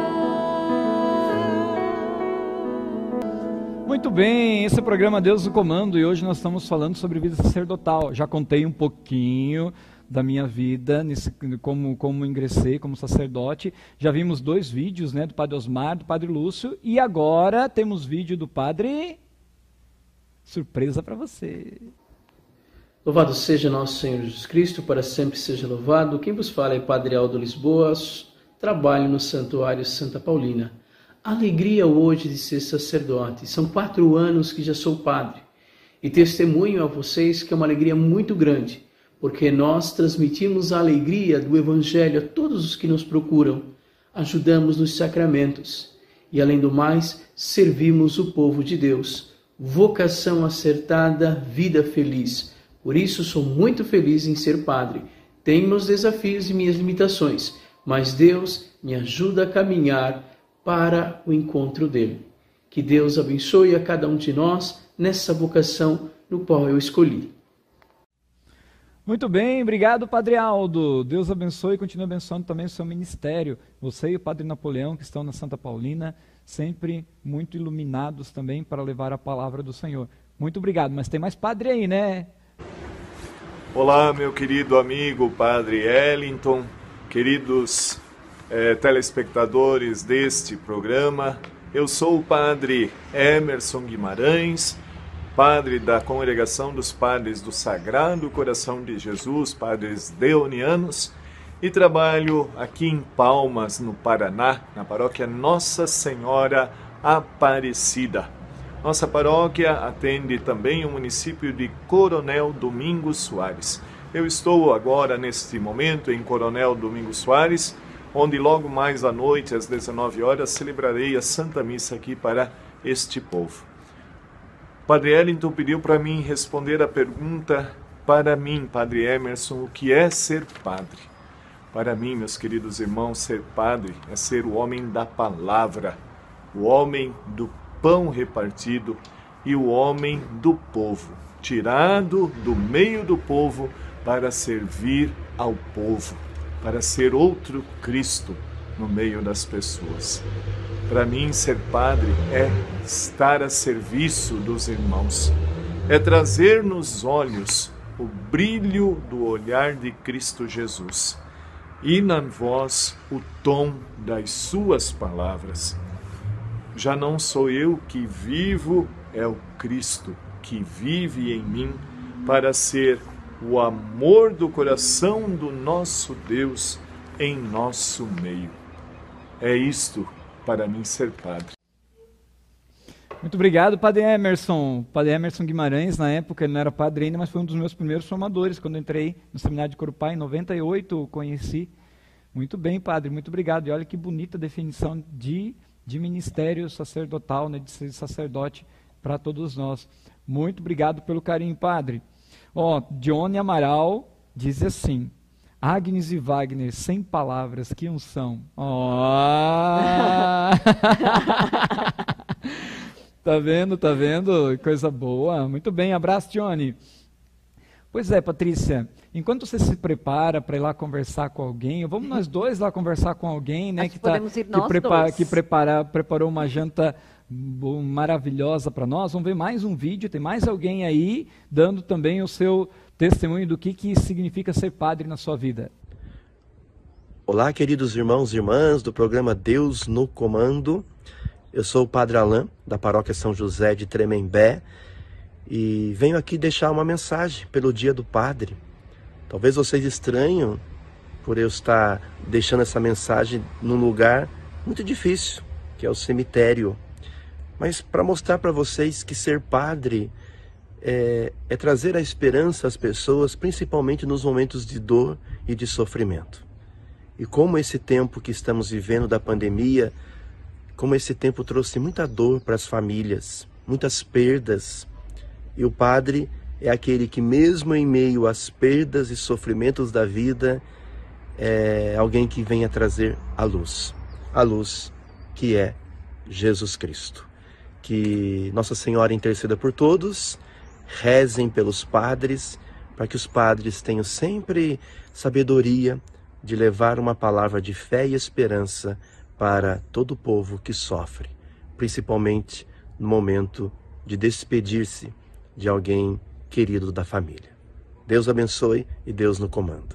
Muito bem, esse é o programa Deus no Comando e hoje nós estamos falando sobre vida sacerdotal. Já contei um pouquinho da minha vida, como ingressei como sacerdote. Já vimos 2 vídeos, né, do Padre Osmar, do Padre Lúcio, e agora temos vídeo do Padre... Surpresa para você. Louvado seja nosso Senhor Jesus Cristo, para sempre seja louvado. Quem vos fala é Padre Aldo Lisboa, trabalho no Santuário Santa Paulina. Alegria hoje de ser sacerdote. São 4 anos que já sou padre. E testemunho a vocês que é uma alegria muito grande, porque nós transmitimos a alegria do Evangelho a todos os que nos procuram, ajudamos nos sacramentos e, além do mais, servimos o povo de Deus. Vocação acertada, vida feliz. Por isso sou muito feliz em ser padre. Tenho meus desafios e minhas limitações, mas Deus me ajuda a caminhar para o encontro dele. Que Deus abençoe a cada um de nós nessa vocação no qual eu escolhi. Muito bem, obrigado Padre Aldo. Deus abençoe e continue abençoando também o seu ministério. Você e o Padre Napoleão, que estão na Santa Paulina, sempre muito iluminados também para levar a palavra do Senhor. Muito obrigado, mas tem mais padre aí, né? Olá, meu querido amigo Padre Ellington, queridos telespectadores deste programa. Eu sou o Padre Emerson Guimarães, padre da Congregação dos Padres do Sagrado Coração de Jesus, padres deonianos, e trabalho aqui em Palmas, no Paraná, na paróquia Nossa Senhora Aparecida. Nossa paróquia atende também o município de Coronel Domingos Soares. Eu estou agora, neste momento, em Coronel Domingos Soares, onde logo mais à noite, às 19 horas, celebrarei a Santa Missa aqui para este povo. Padre Ellington pediu para mim responder a pergunta, para mim, Padre Emerson, o que é ser padre? Para mim, meus queridos irmãos, ser padre é ser o homem da palavra, o homem do pão repartido e o homem do povo, tirado do meio do povo para servir ao povo, para ser outro Cristo no meio das pessoas. Para mim, ser padre é estar a serviço dos irmãos, é trazer nos olhos o brilho do olhar de Cristo Jesus e na voz o tom das suas palavras. já não sou eu que vivo, é o Cristo que vive em mim para ser o amor do coração do nosso Deus em nosso meio. É isto para mim ser padre. Muito obrigado, Padre Emerson. Padre Emerson Guimarães, na época, ele não era padre ainda, mas foi um dos meus primeiros formadores. Quando eu entrei no Seminário de Corupá, em 98, o conheci. Muito bem, Padre, muito obrigado. E olha que bonita definição de ministério sacerdotal, né, de ser sacerdote para todos nós. Muito obrigado pelo carinho, Padre. Johnny Amaral diz assim: Agnes e Wagner, sem palavras, que unção. Tá vendo? Coisa boa. Muito bem, abraço, Johnny. Pois é, Patrícia, enquanto você se prepara para ir lá conversar com alguém, vamos nós dois lá conversar com alguém, né, que preparou uma janta maravilhosa para nós. Vamos ver mais um vídeo, tem mais alguém aí dando também o seu testemunho do que significa ser padre na sua vida. Olá, queridos irmãos e irmãs do programa Deus no Comando. Eu sou o Padre Alain, da Paróquia São José de Tremembé, e venho aqui deixar uma mensagem pelo Dia do Padre. Talvez vocês estranhem por eu estar deixando essa mensagem num lugar muito difícil, que é o cemitério. Mas para mostrar para vocês que ser padre é trazer a esperança às pessoas, principalmente nos momentos de dor e de sofrimento. E como esse tempo que estamos vivendo da pandemia, como esse tempo trouxe muita dor para as famílias, muitas perdas. E o padre é aquele que, mesmo em meio às perdas e sofrimentos da vida, é alguém que vem a trazer a luz que é Jesus Cristo. Que Nossa Senhora interceda por todos, rezem pelos padres, para que os padres tenham sempre sabedoria de levar uma palavra de fé e esperança para todo o povo que sofre, principalmente no momento de despedir-se de alguém querido da família. Deus abençoe e Deus no comando.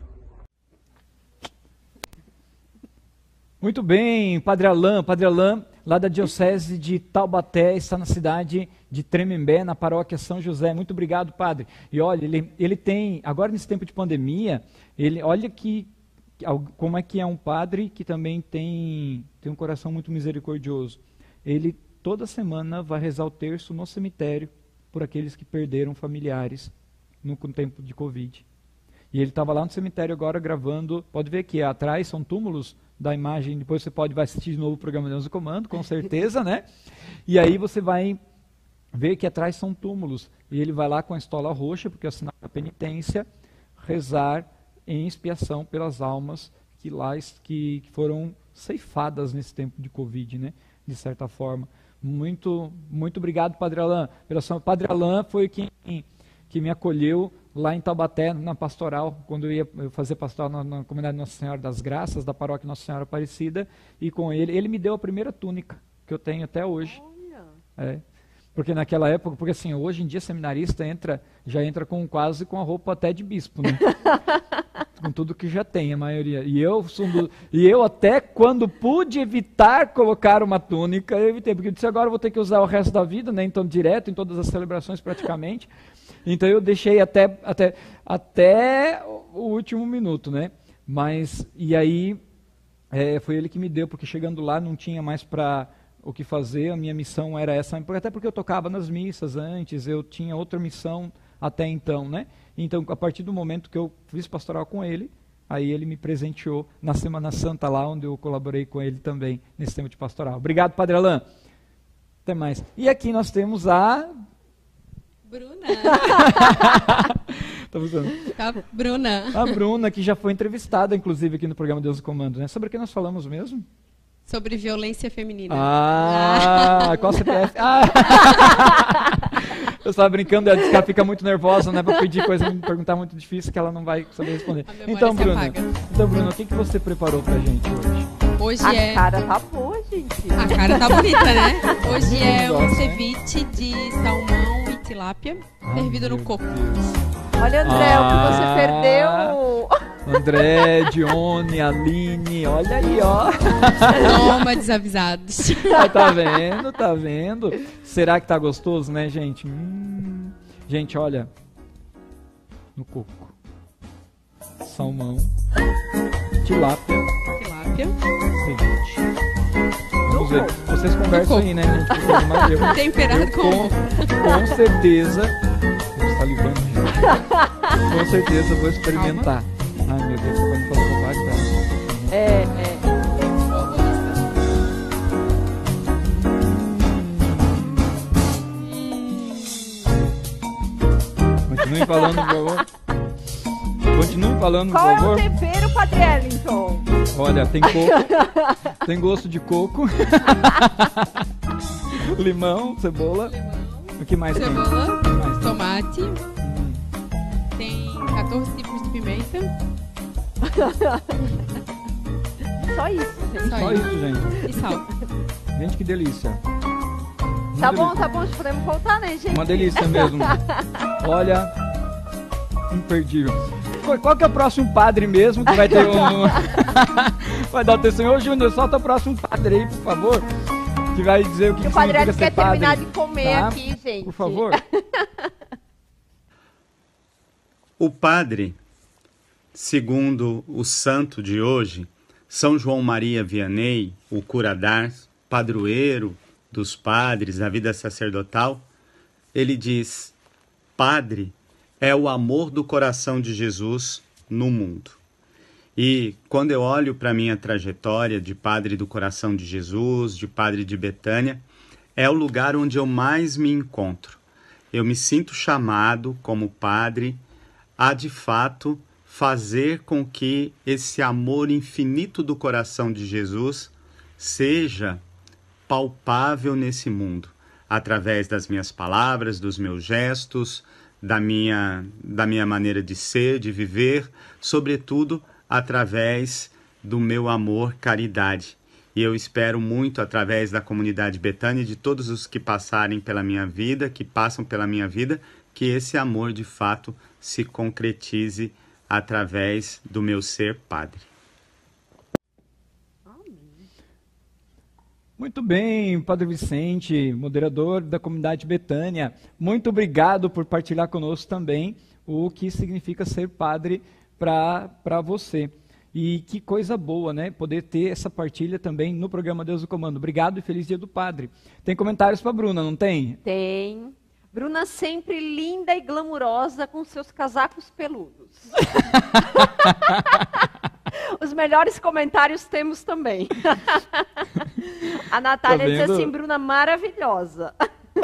Muito bem, Padre Alain, lá da Diocese de Taubaté, está na cidade de Tremembé, na Paróquia São José. Muito obrigado, Padre. E olha, ele tem, agora nesse tempo de pandemia, olha como é que é um padre que também tem um coração muito misericordioso. Ele toda semana vai rezar o terço no cemitério por aqueles que perderam familiares no tempo de Covid. E ele estava lá no cemitério agora gravando, pode ver que atrás são túmulos da imagem, depois você vai assistir de novo o programa Deus no Comando, com certeza, né? E aí você vai ver que atrás são túmulos. E ele vai lá com a estola roxa, porque é o sinal da penitência, rezar em expiação pelas almas que foram ceifadas nesse tempo de Covid, né? De certa forma. Muito obrigado, Padre Alain. Padre Alain foi quem me acolheu lá em Taubaté, na pastoral, quando eu ia fazer pastoral na comunidade Nossa Senhora das Graças, da paróquia Nossa Senhora Aparecida, e com ele me deu a primeira túnica que eu tenho até hoje. Porque naquela época, porque assim, hoje em dia seminarista já entra quase com a roupa até de bispo, né? Com tudo que já tem, a maioria. E eu até quando pude evitar colocar uma túnica, eu evitei, porque eu disse, agora eu vou ter que usar o resto da vida, né? Então, direto, em todas as celebrações praticamente. Então eu deixei até o último minuto, né? Mas, e aí, foi ele que me deu, porque chegando lá não tinha mais para o que fazer, a minha missão era essa, até porque eu tocava nas missas antes, eu tinha outra missão até então, né? Então, a partir do momento que eu fiz pastoral com ele, aí ele me presenteou na Semana Santa lá, onde eu colaborei com ele também, nesse tempo de pastoral. Obrigado, Padre Alain. Até mais. E aqui nós temos a... Bruna. A Bruna, que já foi entrevistada, inclusive, aqui no programa Deus no Comando, né? Sobre o que nós falamos mesmo? Sobre violência feminina. Qual CPF? Eu estava brincando, ela disse que ela fica muito nervosa, né, para pedir coisa, me perguntar muito difícil, que ela não vai saber responder. Então, Bruna, o que você preparou pra gente hoje? A cara tá boa, gente. A cara tá bonita, né? Hoje é um ceviche de salmão e tilápia, fervido no coco. Olha, André, o que você perdeu. André, Dione, Aline, olha aí, ó. Toma, desavisados. Tá vendo? Será que tá gostoso, né, gente? Gente, olha. No coco. Salmão. Tilápia. Ceviche. Vamos ver. Vocês conversam aí, né, gente? Temperado com certeza. Eu salivando, gente. Com certeza vou experimentar. Calma. Ai, meu Deus, você pode falar bobagem, tá? Continue falando, por favor. Qual é o tempero, Padre Ellington? Olha, tem coco. Tem gosto de coco. Limão, cebola. O que mais cebola, tem? Tomate. Tem 14 tipos de pimenta. Só isso, gente. Só isso, gente. E sal. Gente, que delícia. Tá bom, podemos voltar, né, gente? Uma delícia mesmo. Olha, imperdível. Qual que é o próximo padre mesmo que vai ter vai dar o testemunho? Ô, Júnior, solta o próximo padre aí, por favor. Que vai dizer o que o padre significa ser padre. O padre quer terminar de comer aqui, gente. Por favor. O padre, segundo o santo de hoje, São João Maria Vianney, o cura d'Ars, padroeiro dos padres da vida sacerdotal, ele diz: padre é o amor do coração de Jesus no mundo. E quando eu olho para a minha trajetória de padre do coração de Jesus, de padre de Betânia, é o lugar onde eu mais me encontro. Eu me sinto chamado como padre a, de fato, fazer com que esse amor infinito do coração de Jesus seja palpável nesse mundo, através das minhas palavras, dos meus gestos, da minha maneira de ser, de viver, sobretudo através do meu amor, caridade. E eu espero muito, através da comunidade Betânia, de todos os que passarem pela minha vida, que passam pela minha vida, que esse amor, de fato, se concretize através do meu ser padre. Muito bem, Padre Vicente, moderador da comunidade Betânia. Muito obrigado por partilhar conosco também o que significa ser padre para você. E que coisa boa, né? Poder ter essa partilha também no programa Deus no Comando. Obrigado e feliz Dia do Padre. Tem comentários para a Bruna, não tem? Tem. Bruna sempre linda e glamurosa com seus casacos peludos. Os melhores comentários temos também. A Natália diz assim: Bruna maravilhosa.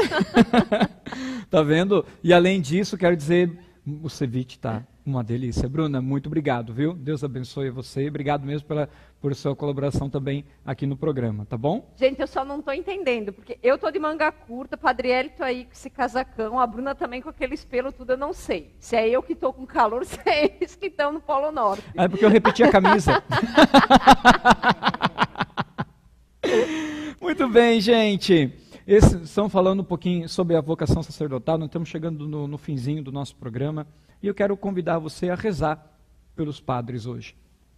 Tá vendo? E além disso, quero dizer, o ceviche tá uma delícia. Bruna, muito obrigado, viu? Deus abençoe você. Obrigado mesmo por sua colaboração também aqui no programa, tá bom? Gente, eu só não tô entendendo, porque eu tô de manga curta, Padre Hélito aí com esse casacão, a Bruna também com aquele espelho, tudo eu não sei. Se é eu que tô com calor, se é eles que estão no Polo Norte. É porque eu repeti a camisa. Muito bem, gente. Estão falando um pouquinho sobre a vocação sacerdotal, nós estamos chegando no finzinho do nosso programa, e eu quero convidar você a rezar pelos padres hoje.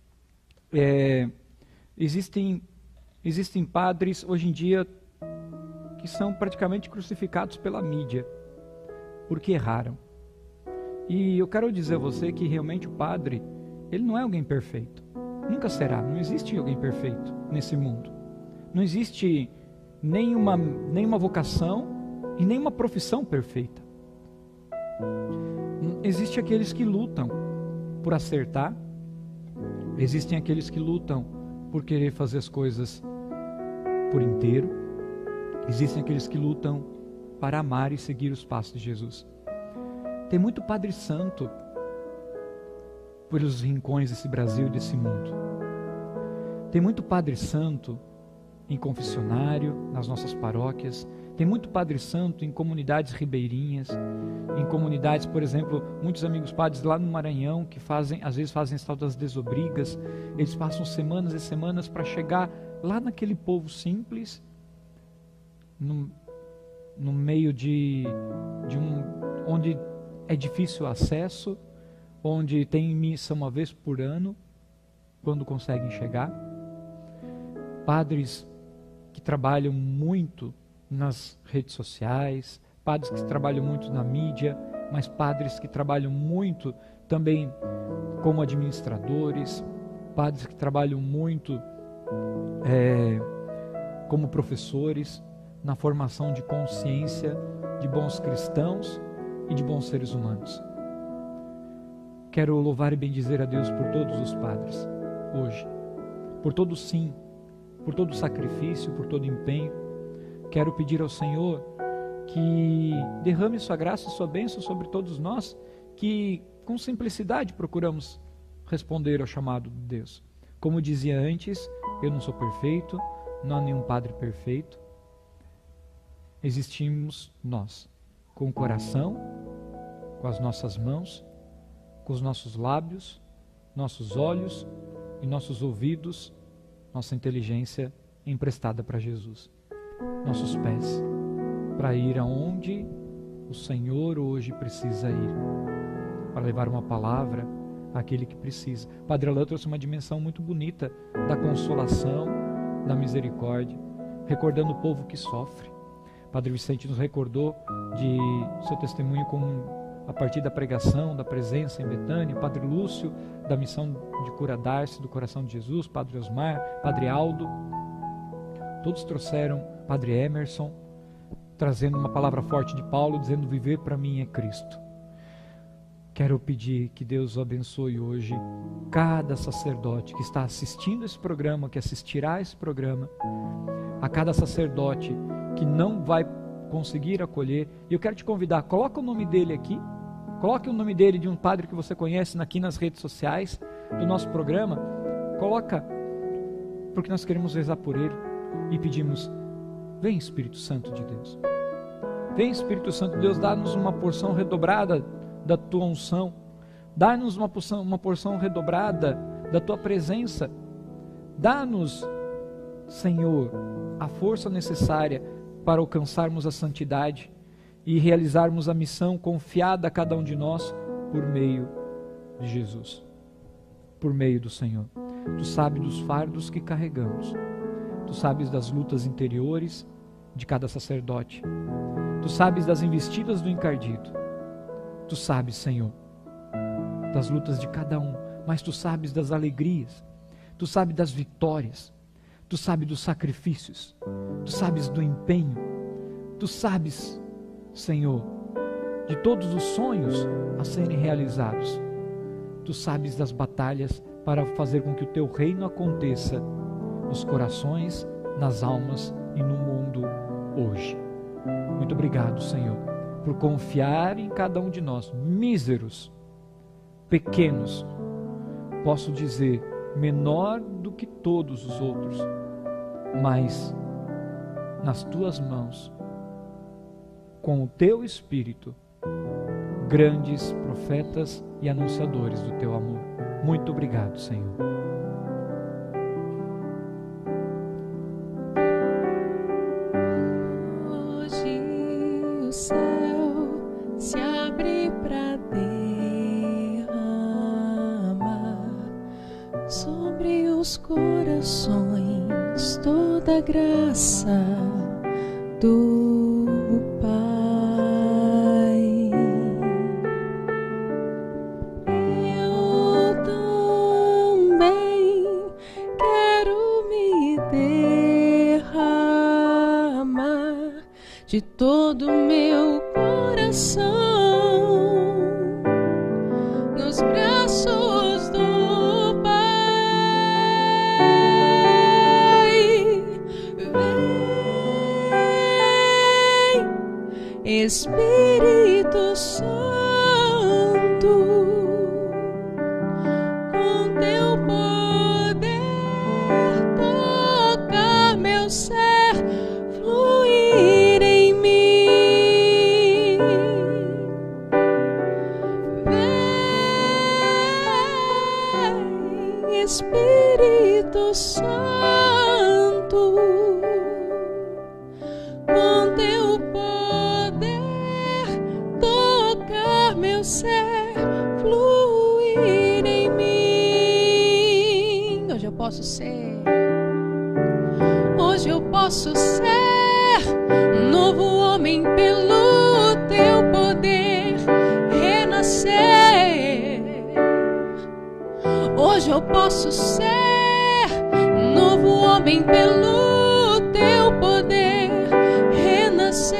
Existem padres hoje em dia que são praticamente crucificados pela mídia, porque erraram. E eu quero dizer a você que realmente o padre, ele não é alguém perfeito. Nunca será, não existe alguém perfeito nesse mundo. Não existe nenhuma vocação e nenhuma profissão perfeita. Existem aqueles que lutam por acertar, existem aqueles que lutam por querer fazer as coisas por inteiro, existem aqueles que lutam para amar e seguir os passos de Jesus. Tem muito Padre Santo pelos rincões desse Brasil e desse mundo. Tem muito Padre Santo em confessionário, nas nossas paróquias. Tem muito Padre Santo em comunidades ribeirinhas, em comunidades, por exemplo, muitos amigos padres lá no Maranhão que às vezes fazem as tal das desobrigas. Eles passam semanas e semanas para chegar lá naquele povo simples, no meio de onde é difícil o acesso, onde tem missa uma vez por ano, quando conseguem chegar. Padres que trabalham muito nas redes sociais, padres que trabalham muito na mídia, mas padres que trabalham muito também como administradores, padres que trabalham muito como professores, na formação de consciência de bons cristãos e de bons seres humanos. Quero louvar e bendizer a Deus por todos os padres, hoje, por todo sim, por todo sacrifício, por todo empenho. Quero pedir ao Senhor que derrame sua graça e sua bênção sobre todos nós, que com simplicidade procuramos responder ao chamado de Deus. Como dizia antes, eu não sou perfeito, não há nenhum padre perfeito. Existimos nós, com o coração, com as nossas mãos, com os nossos lábios, nossos olhos e nossos ouvidos, nossa inteligência emprestada para Jesus. Nossos pés, para ir aonde o Senhor hoje precisa ir, para levar uma palavra àquele que precisa. Padre Alain trouxe uma dimensão muito bonita da consolação, da misericórdia, recordando o povo que sofre. Padre Vicente nos recordou de seu testemunho a partir da pregação, da presença em Betânia. Padre Lúcio, da missão de cura d'Arce, do coração de Jesus. Padre Osmar, Padre Aldo, todos trouxeram. Padre Emerson, trazendo uma palavra forte de Paulo, dizendo: viver para mim é Cristo. Quero pedir que Deus abençoe hoje cada sacerdote que está assistindo esse programa, que assistirá esse programa, a cada sacerdote que não vai conseguir acolher. E eu quero te convidar, coloca o nome dele aqui, coloque o nome dele, de um padre que você conhece aqui nas redes sociais do nosso programa, coloca, porque nós queremos rezar por ele e pedimos: vem Espírito Santo de Deus, vem Espírito Santo de Deus, dá-nos uma porção redobrada da tua unção, dá-nos uma porção redobrada da tua presença, dá-nos, Senhor, a força necessária para alcançarmos a santidade e realizarmos a missão confiada a cada um de nós por meio de Jesus, por meio do Senhor. Tu sabes dos fardos que carregamos, tu sabes das lutas interiores de cada sacerdote, tu sabes das investidas do encardido, tu sabes, Senhor, das lutas de cada um, mas tu sabes das alegrias, tu sabes das vitórias, tu sabes dos sacrifícios, tu sabes do empenho, tu sabes, Senhor, de todos os sonhos a serem realizados, tu sabes das batalhas para fazer com que o teu reino aconteça nos corações, nas almas e no mundo hoje. Muito obrigado, Senhor, por confiar em cada um de nós, míseros, pequenos, posso dizer, menor do que todos os outros, mas nas tuas mãos, com o teu Espírito, grandes profetas e anunciadores do teu amor. Muito obrigado, Senhor. Hoje o céu se abre para derramar sobre os corações toda a graça do Pai. Eu também quero me derramar de todo o meu coração nos braços do Pai. Vem, Espírito Santo, com teu poder tocar meu ser, fluir em mim. Vem, Espírito Santo, com teu poder tocar meu ser, fluir posso ser. Hoje eu posso ser um novo homem pelo teu poder renascer. Hoje eu posso ser um novo homem pelo teu poder renascer.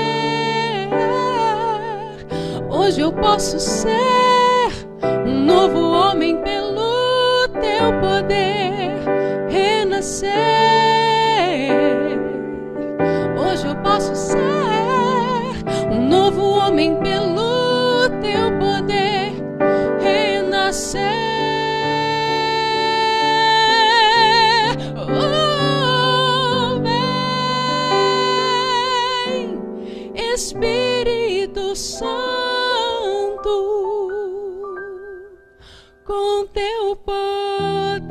Hoje eu posso ser um novo homem pelo teu poder renascer. Hoje eu posso ser um novo homem pelo teu poder renascer. Oh, vem, Espírito Santo, com teu poder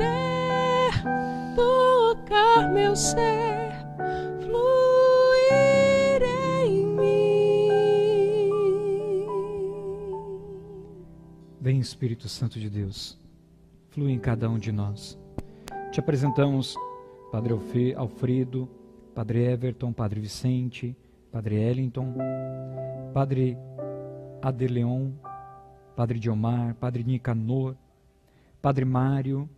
tocar meu ser, fluir em mim. Vem, Espírito Santo de Deus, flui em cada um de nós. Te apresentamos Padre Alfredo, Padre Everton, Padre Vicente, Padre Ellington, Padre Adeleon, Padre Diomar, Padre Nicanor, Padre Mário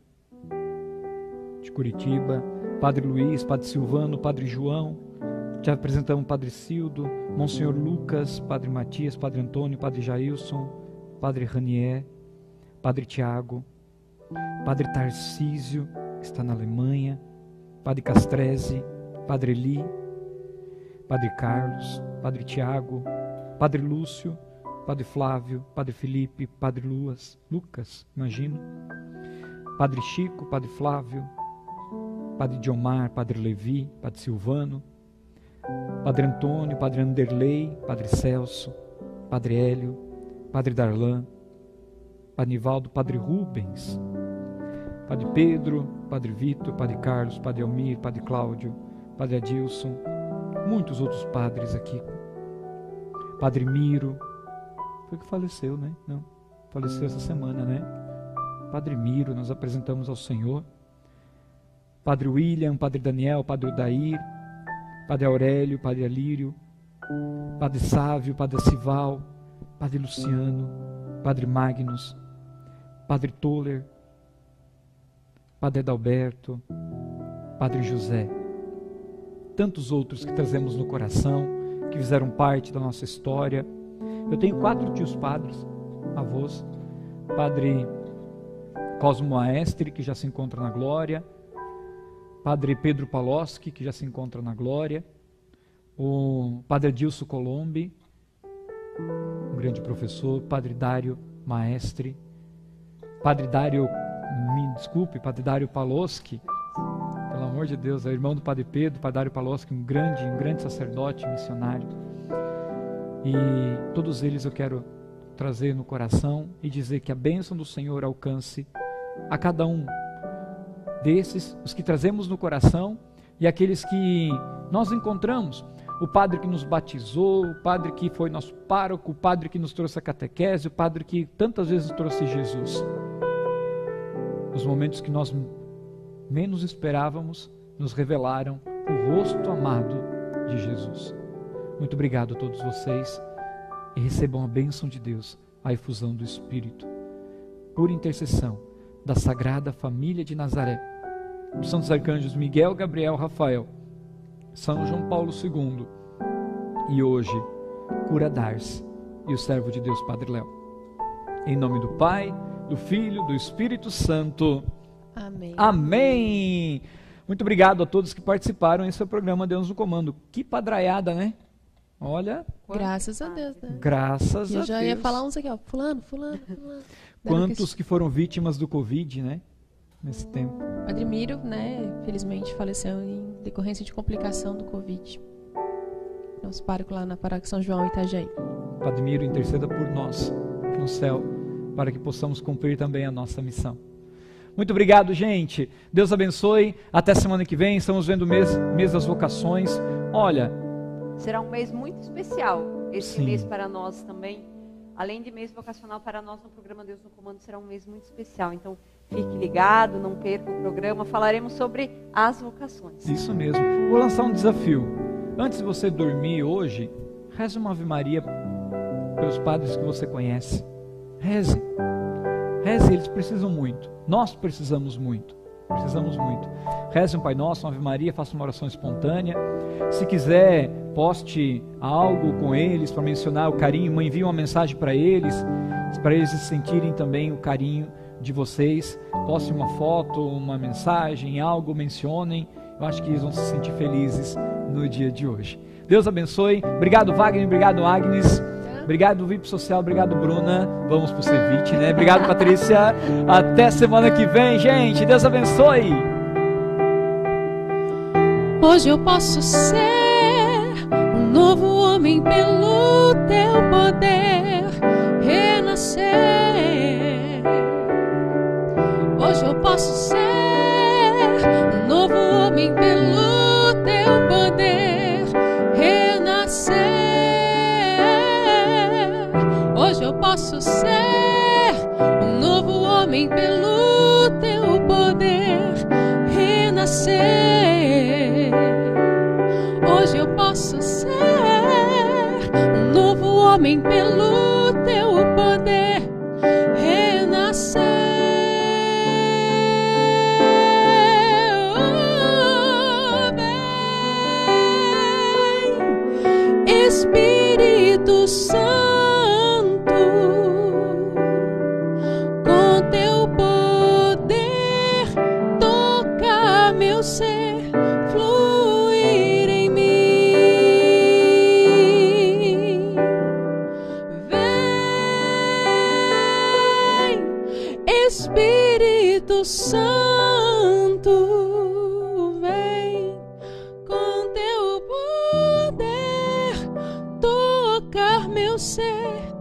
de Curitiba, Padre Luiz, Padre Silvano, Padre João. Te apresentamos Padre Cildo, Monsenhor Lucas, Padre Matias, Padre Antônio, Padre Jailson, Padre Ranier, Padre Tiago, Padre Tarcísio, que está na Alemanha, Padre Castrese, Padre Eli, Padre Carlos, Padre Tiago, Padre Lúcio, Padre Flávio, Padre Felipe, Padre Lucas, imagino, Padre Chico, Padre Flávio, Padre Diomar, Padre Levi, Padre Silvano, Padre Antônio, Padre Anderley, Padre Celso, Padre Hélio, Padre Darlan, Padre Nivaldo, Padre Rubens, Padre Pedro, Padre Vitor, Padre Carlos, Padre Almir, Padre Cláudio, Padre Adilson, muitos outros padres aqui, Padre Miro, foi que faleceu, né? Não, faleceu essa semana, né? Padre Miro, nós apresentamos ao Senhor, Padre William, Padre Daniel, Padre Odair, Padre Aurélio, Padre Alírio, Padre Sávio, Padre Sival, Padre Luciano, Padre Magnus, Padre Toller, Padre Adalberto, Padre José, tantos outros que trazemos no coração, que fizeram parte da nossa história. Eu tenho 4 tios padres, avós, Padre Cosmo Maestre, que já se encontra na glória, Padre Pedro Paloski, que já se encontra na glória, o Padre Adilson Colombi, um grande professor, Padre Dário Maestre, Padre Dário, Padre Dário Paloski, pelo amor de Deus, é irmão do Padre Pedro, Padre Dário Paloski, um grande sacerdote, missionário. E todos eles eu quero trazer no coração e dizer que a bênção do Senhor alcance a cada um desses, os que trazemos no coração e aqueles que nós encontramos. O padre que nos batizou, o padre que foi nosso pároco, o padre que nos trouxe a catequese, o padre que tantas vezes trouxe Jesus. Os momentos que nós menos esperávamos nos revelaram o rosto amado de Jesus. Muito obrigado a todos vocês e recebam a bênção de Deus, a efusão do Espírito, por intercessão da Sagrada Família de Nazaré, dos Santos Arcanjos Miguel, Gabriel, Rafael, São João Paulo II e hoje, Cura d'Ars e o servo de Deus Padre Léo. Em nome do Pai, do Filho, do Espírito Santo. Amém. Amém. Muito obrigado a todos que participaram. Esse é o programa Deus no Comando. Que padraiada, né? Olha. Graças a Deus, né? Graças a Deus. Eu já ia falar uns aqui, ó. Fulano. Quantos que foram vítimas do Covid, né? Nesse tempo. Padre Miro, né? Felizmente faleceu em decorrência de complicação do Covid. Nosso pároco lá na Paróquia São João, Itajaí. Padre Miro, interceda por nós no céu, para que possamos cumprir também a nossa missão. Muito obrigado, gente. Deus abençoe. Até semana que vem. Estamos vendo o mês das vocações. Olha, será um mês muito especial. Esse sim, mês para nós também. Além de mês vocacional, para nós no programa Deus no Comando será um mês muito especial. Então, Fique ligado, não perca o programa, falaremos sobre as vocações. Isso mesmo. Vou lançar um desafio. Antes de você dormir hoje, reze uma Ave Maria pelos padres que você conhece. Reze. Reze, eles precisam muito. Nós precisamos muito. Precisamos muito. Reze um Pai Nosso, uma Ave Maria, faça uma oração espontânea. Se quiser, poste algo com eles para mencionar o carinho, envie uma mensagem para eles sentirem também o carinho de vocês. Poste uma foto, uma mensagem, algo, mencionem. Eu acho que eles vão se sentir felizes no dia de hoje. Deus abençoe. Obrigado, Wagner. Obrigado, Agnes. Obrigado, VIP Social. Obrigado, Bruna. Vamos pro Cevite, né? Obrigado, Patrícia. Até semana que vem, gente. Deus abençoe. Hoje eu posso ser um novo homem pelo teu poder renascer. Hoje eu posso ser um novo homem pelo teu poder renascer. Hoje eu posso ser um novo homem pelo teu poder renascer. Hoje eu posso ser um novo homem pelo teu poder renascer. Vem, Espírito Santo, com teu poder toca meu ser, fluir em mim. Vem, Espírito Santo, vem com teu poder tocar meu ser.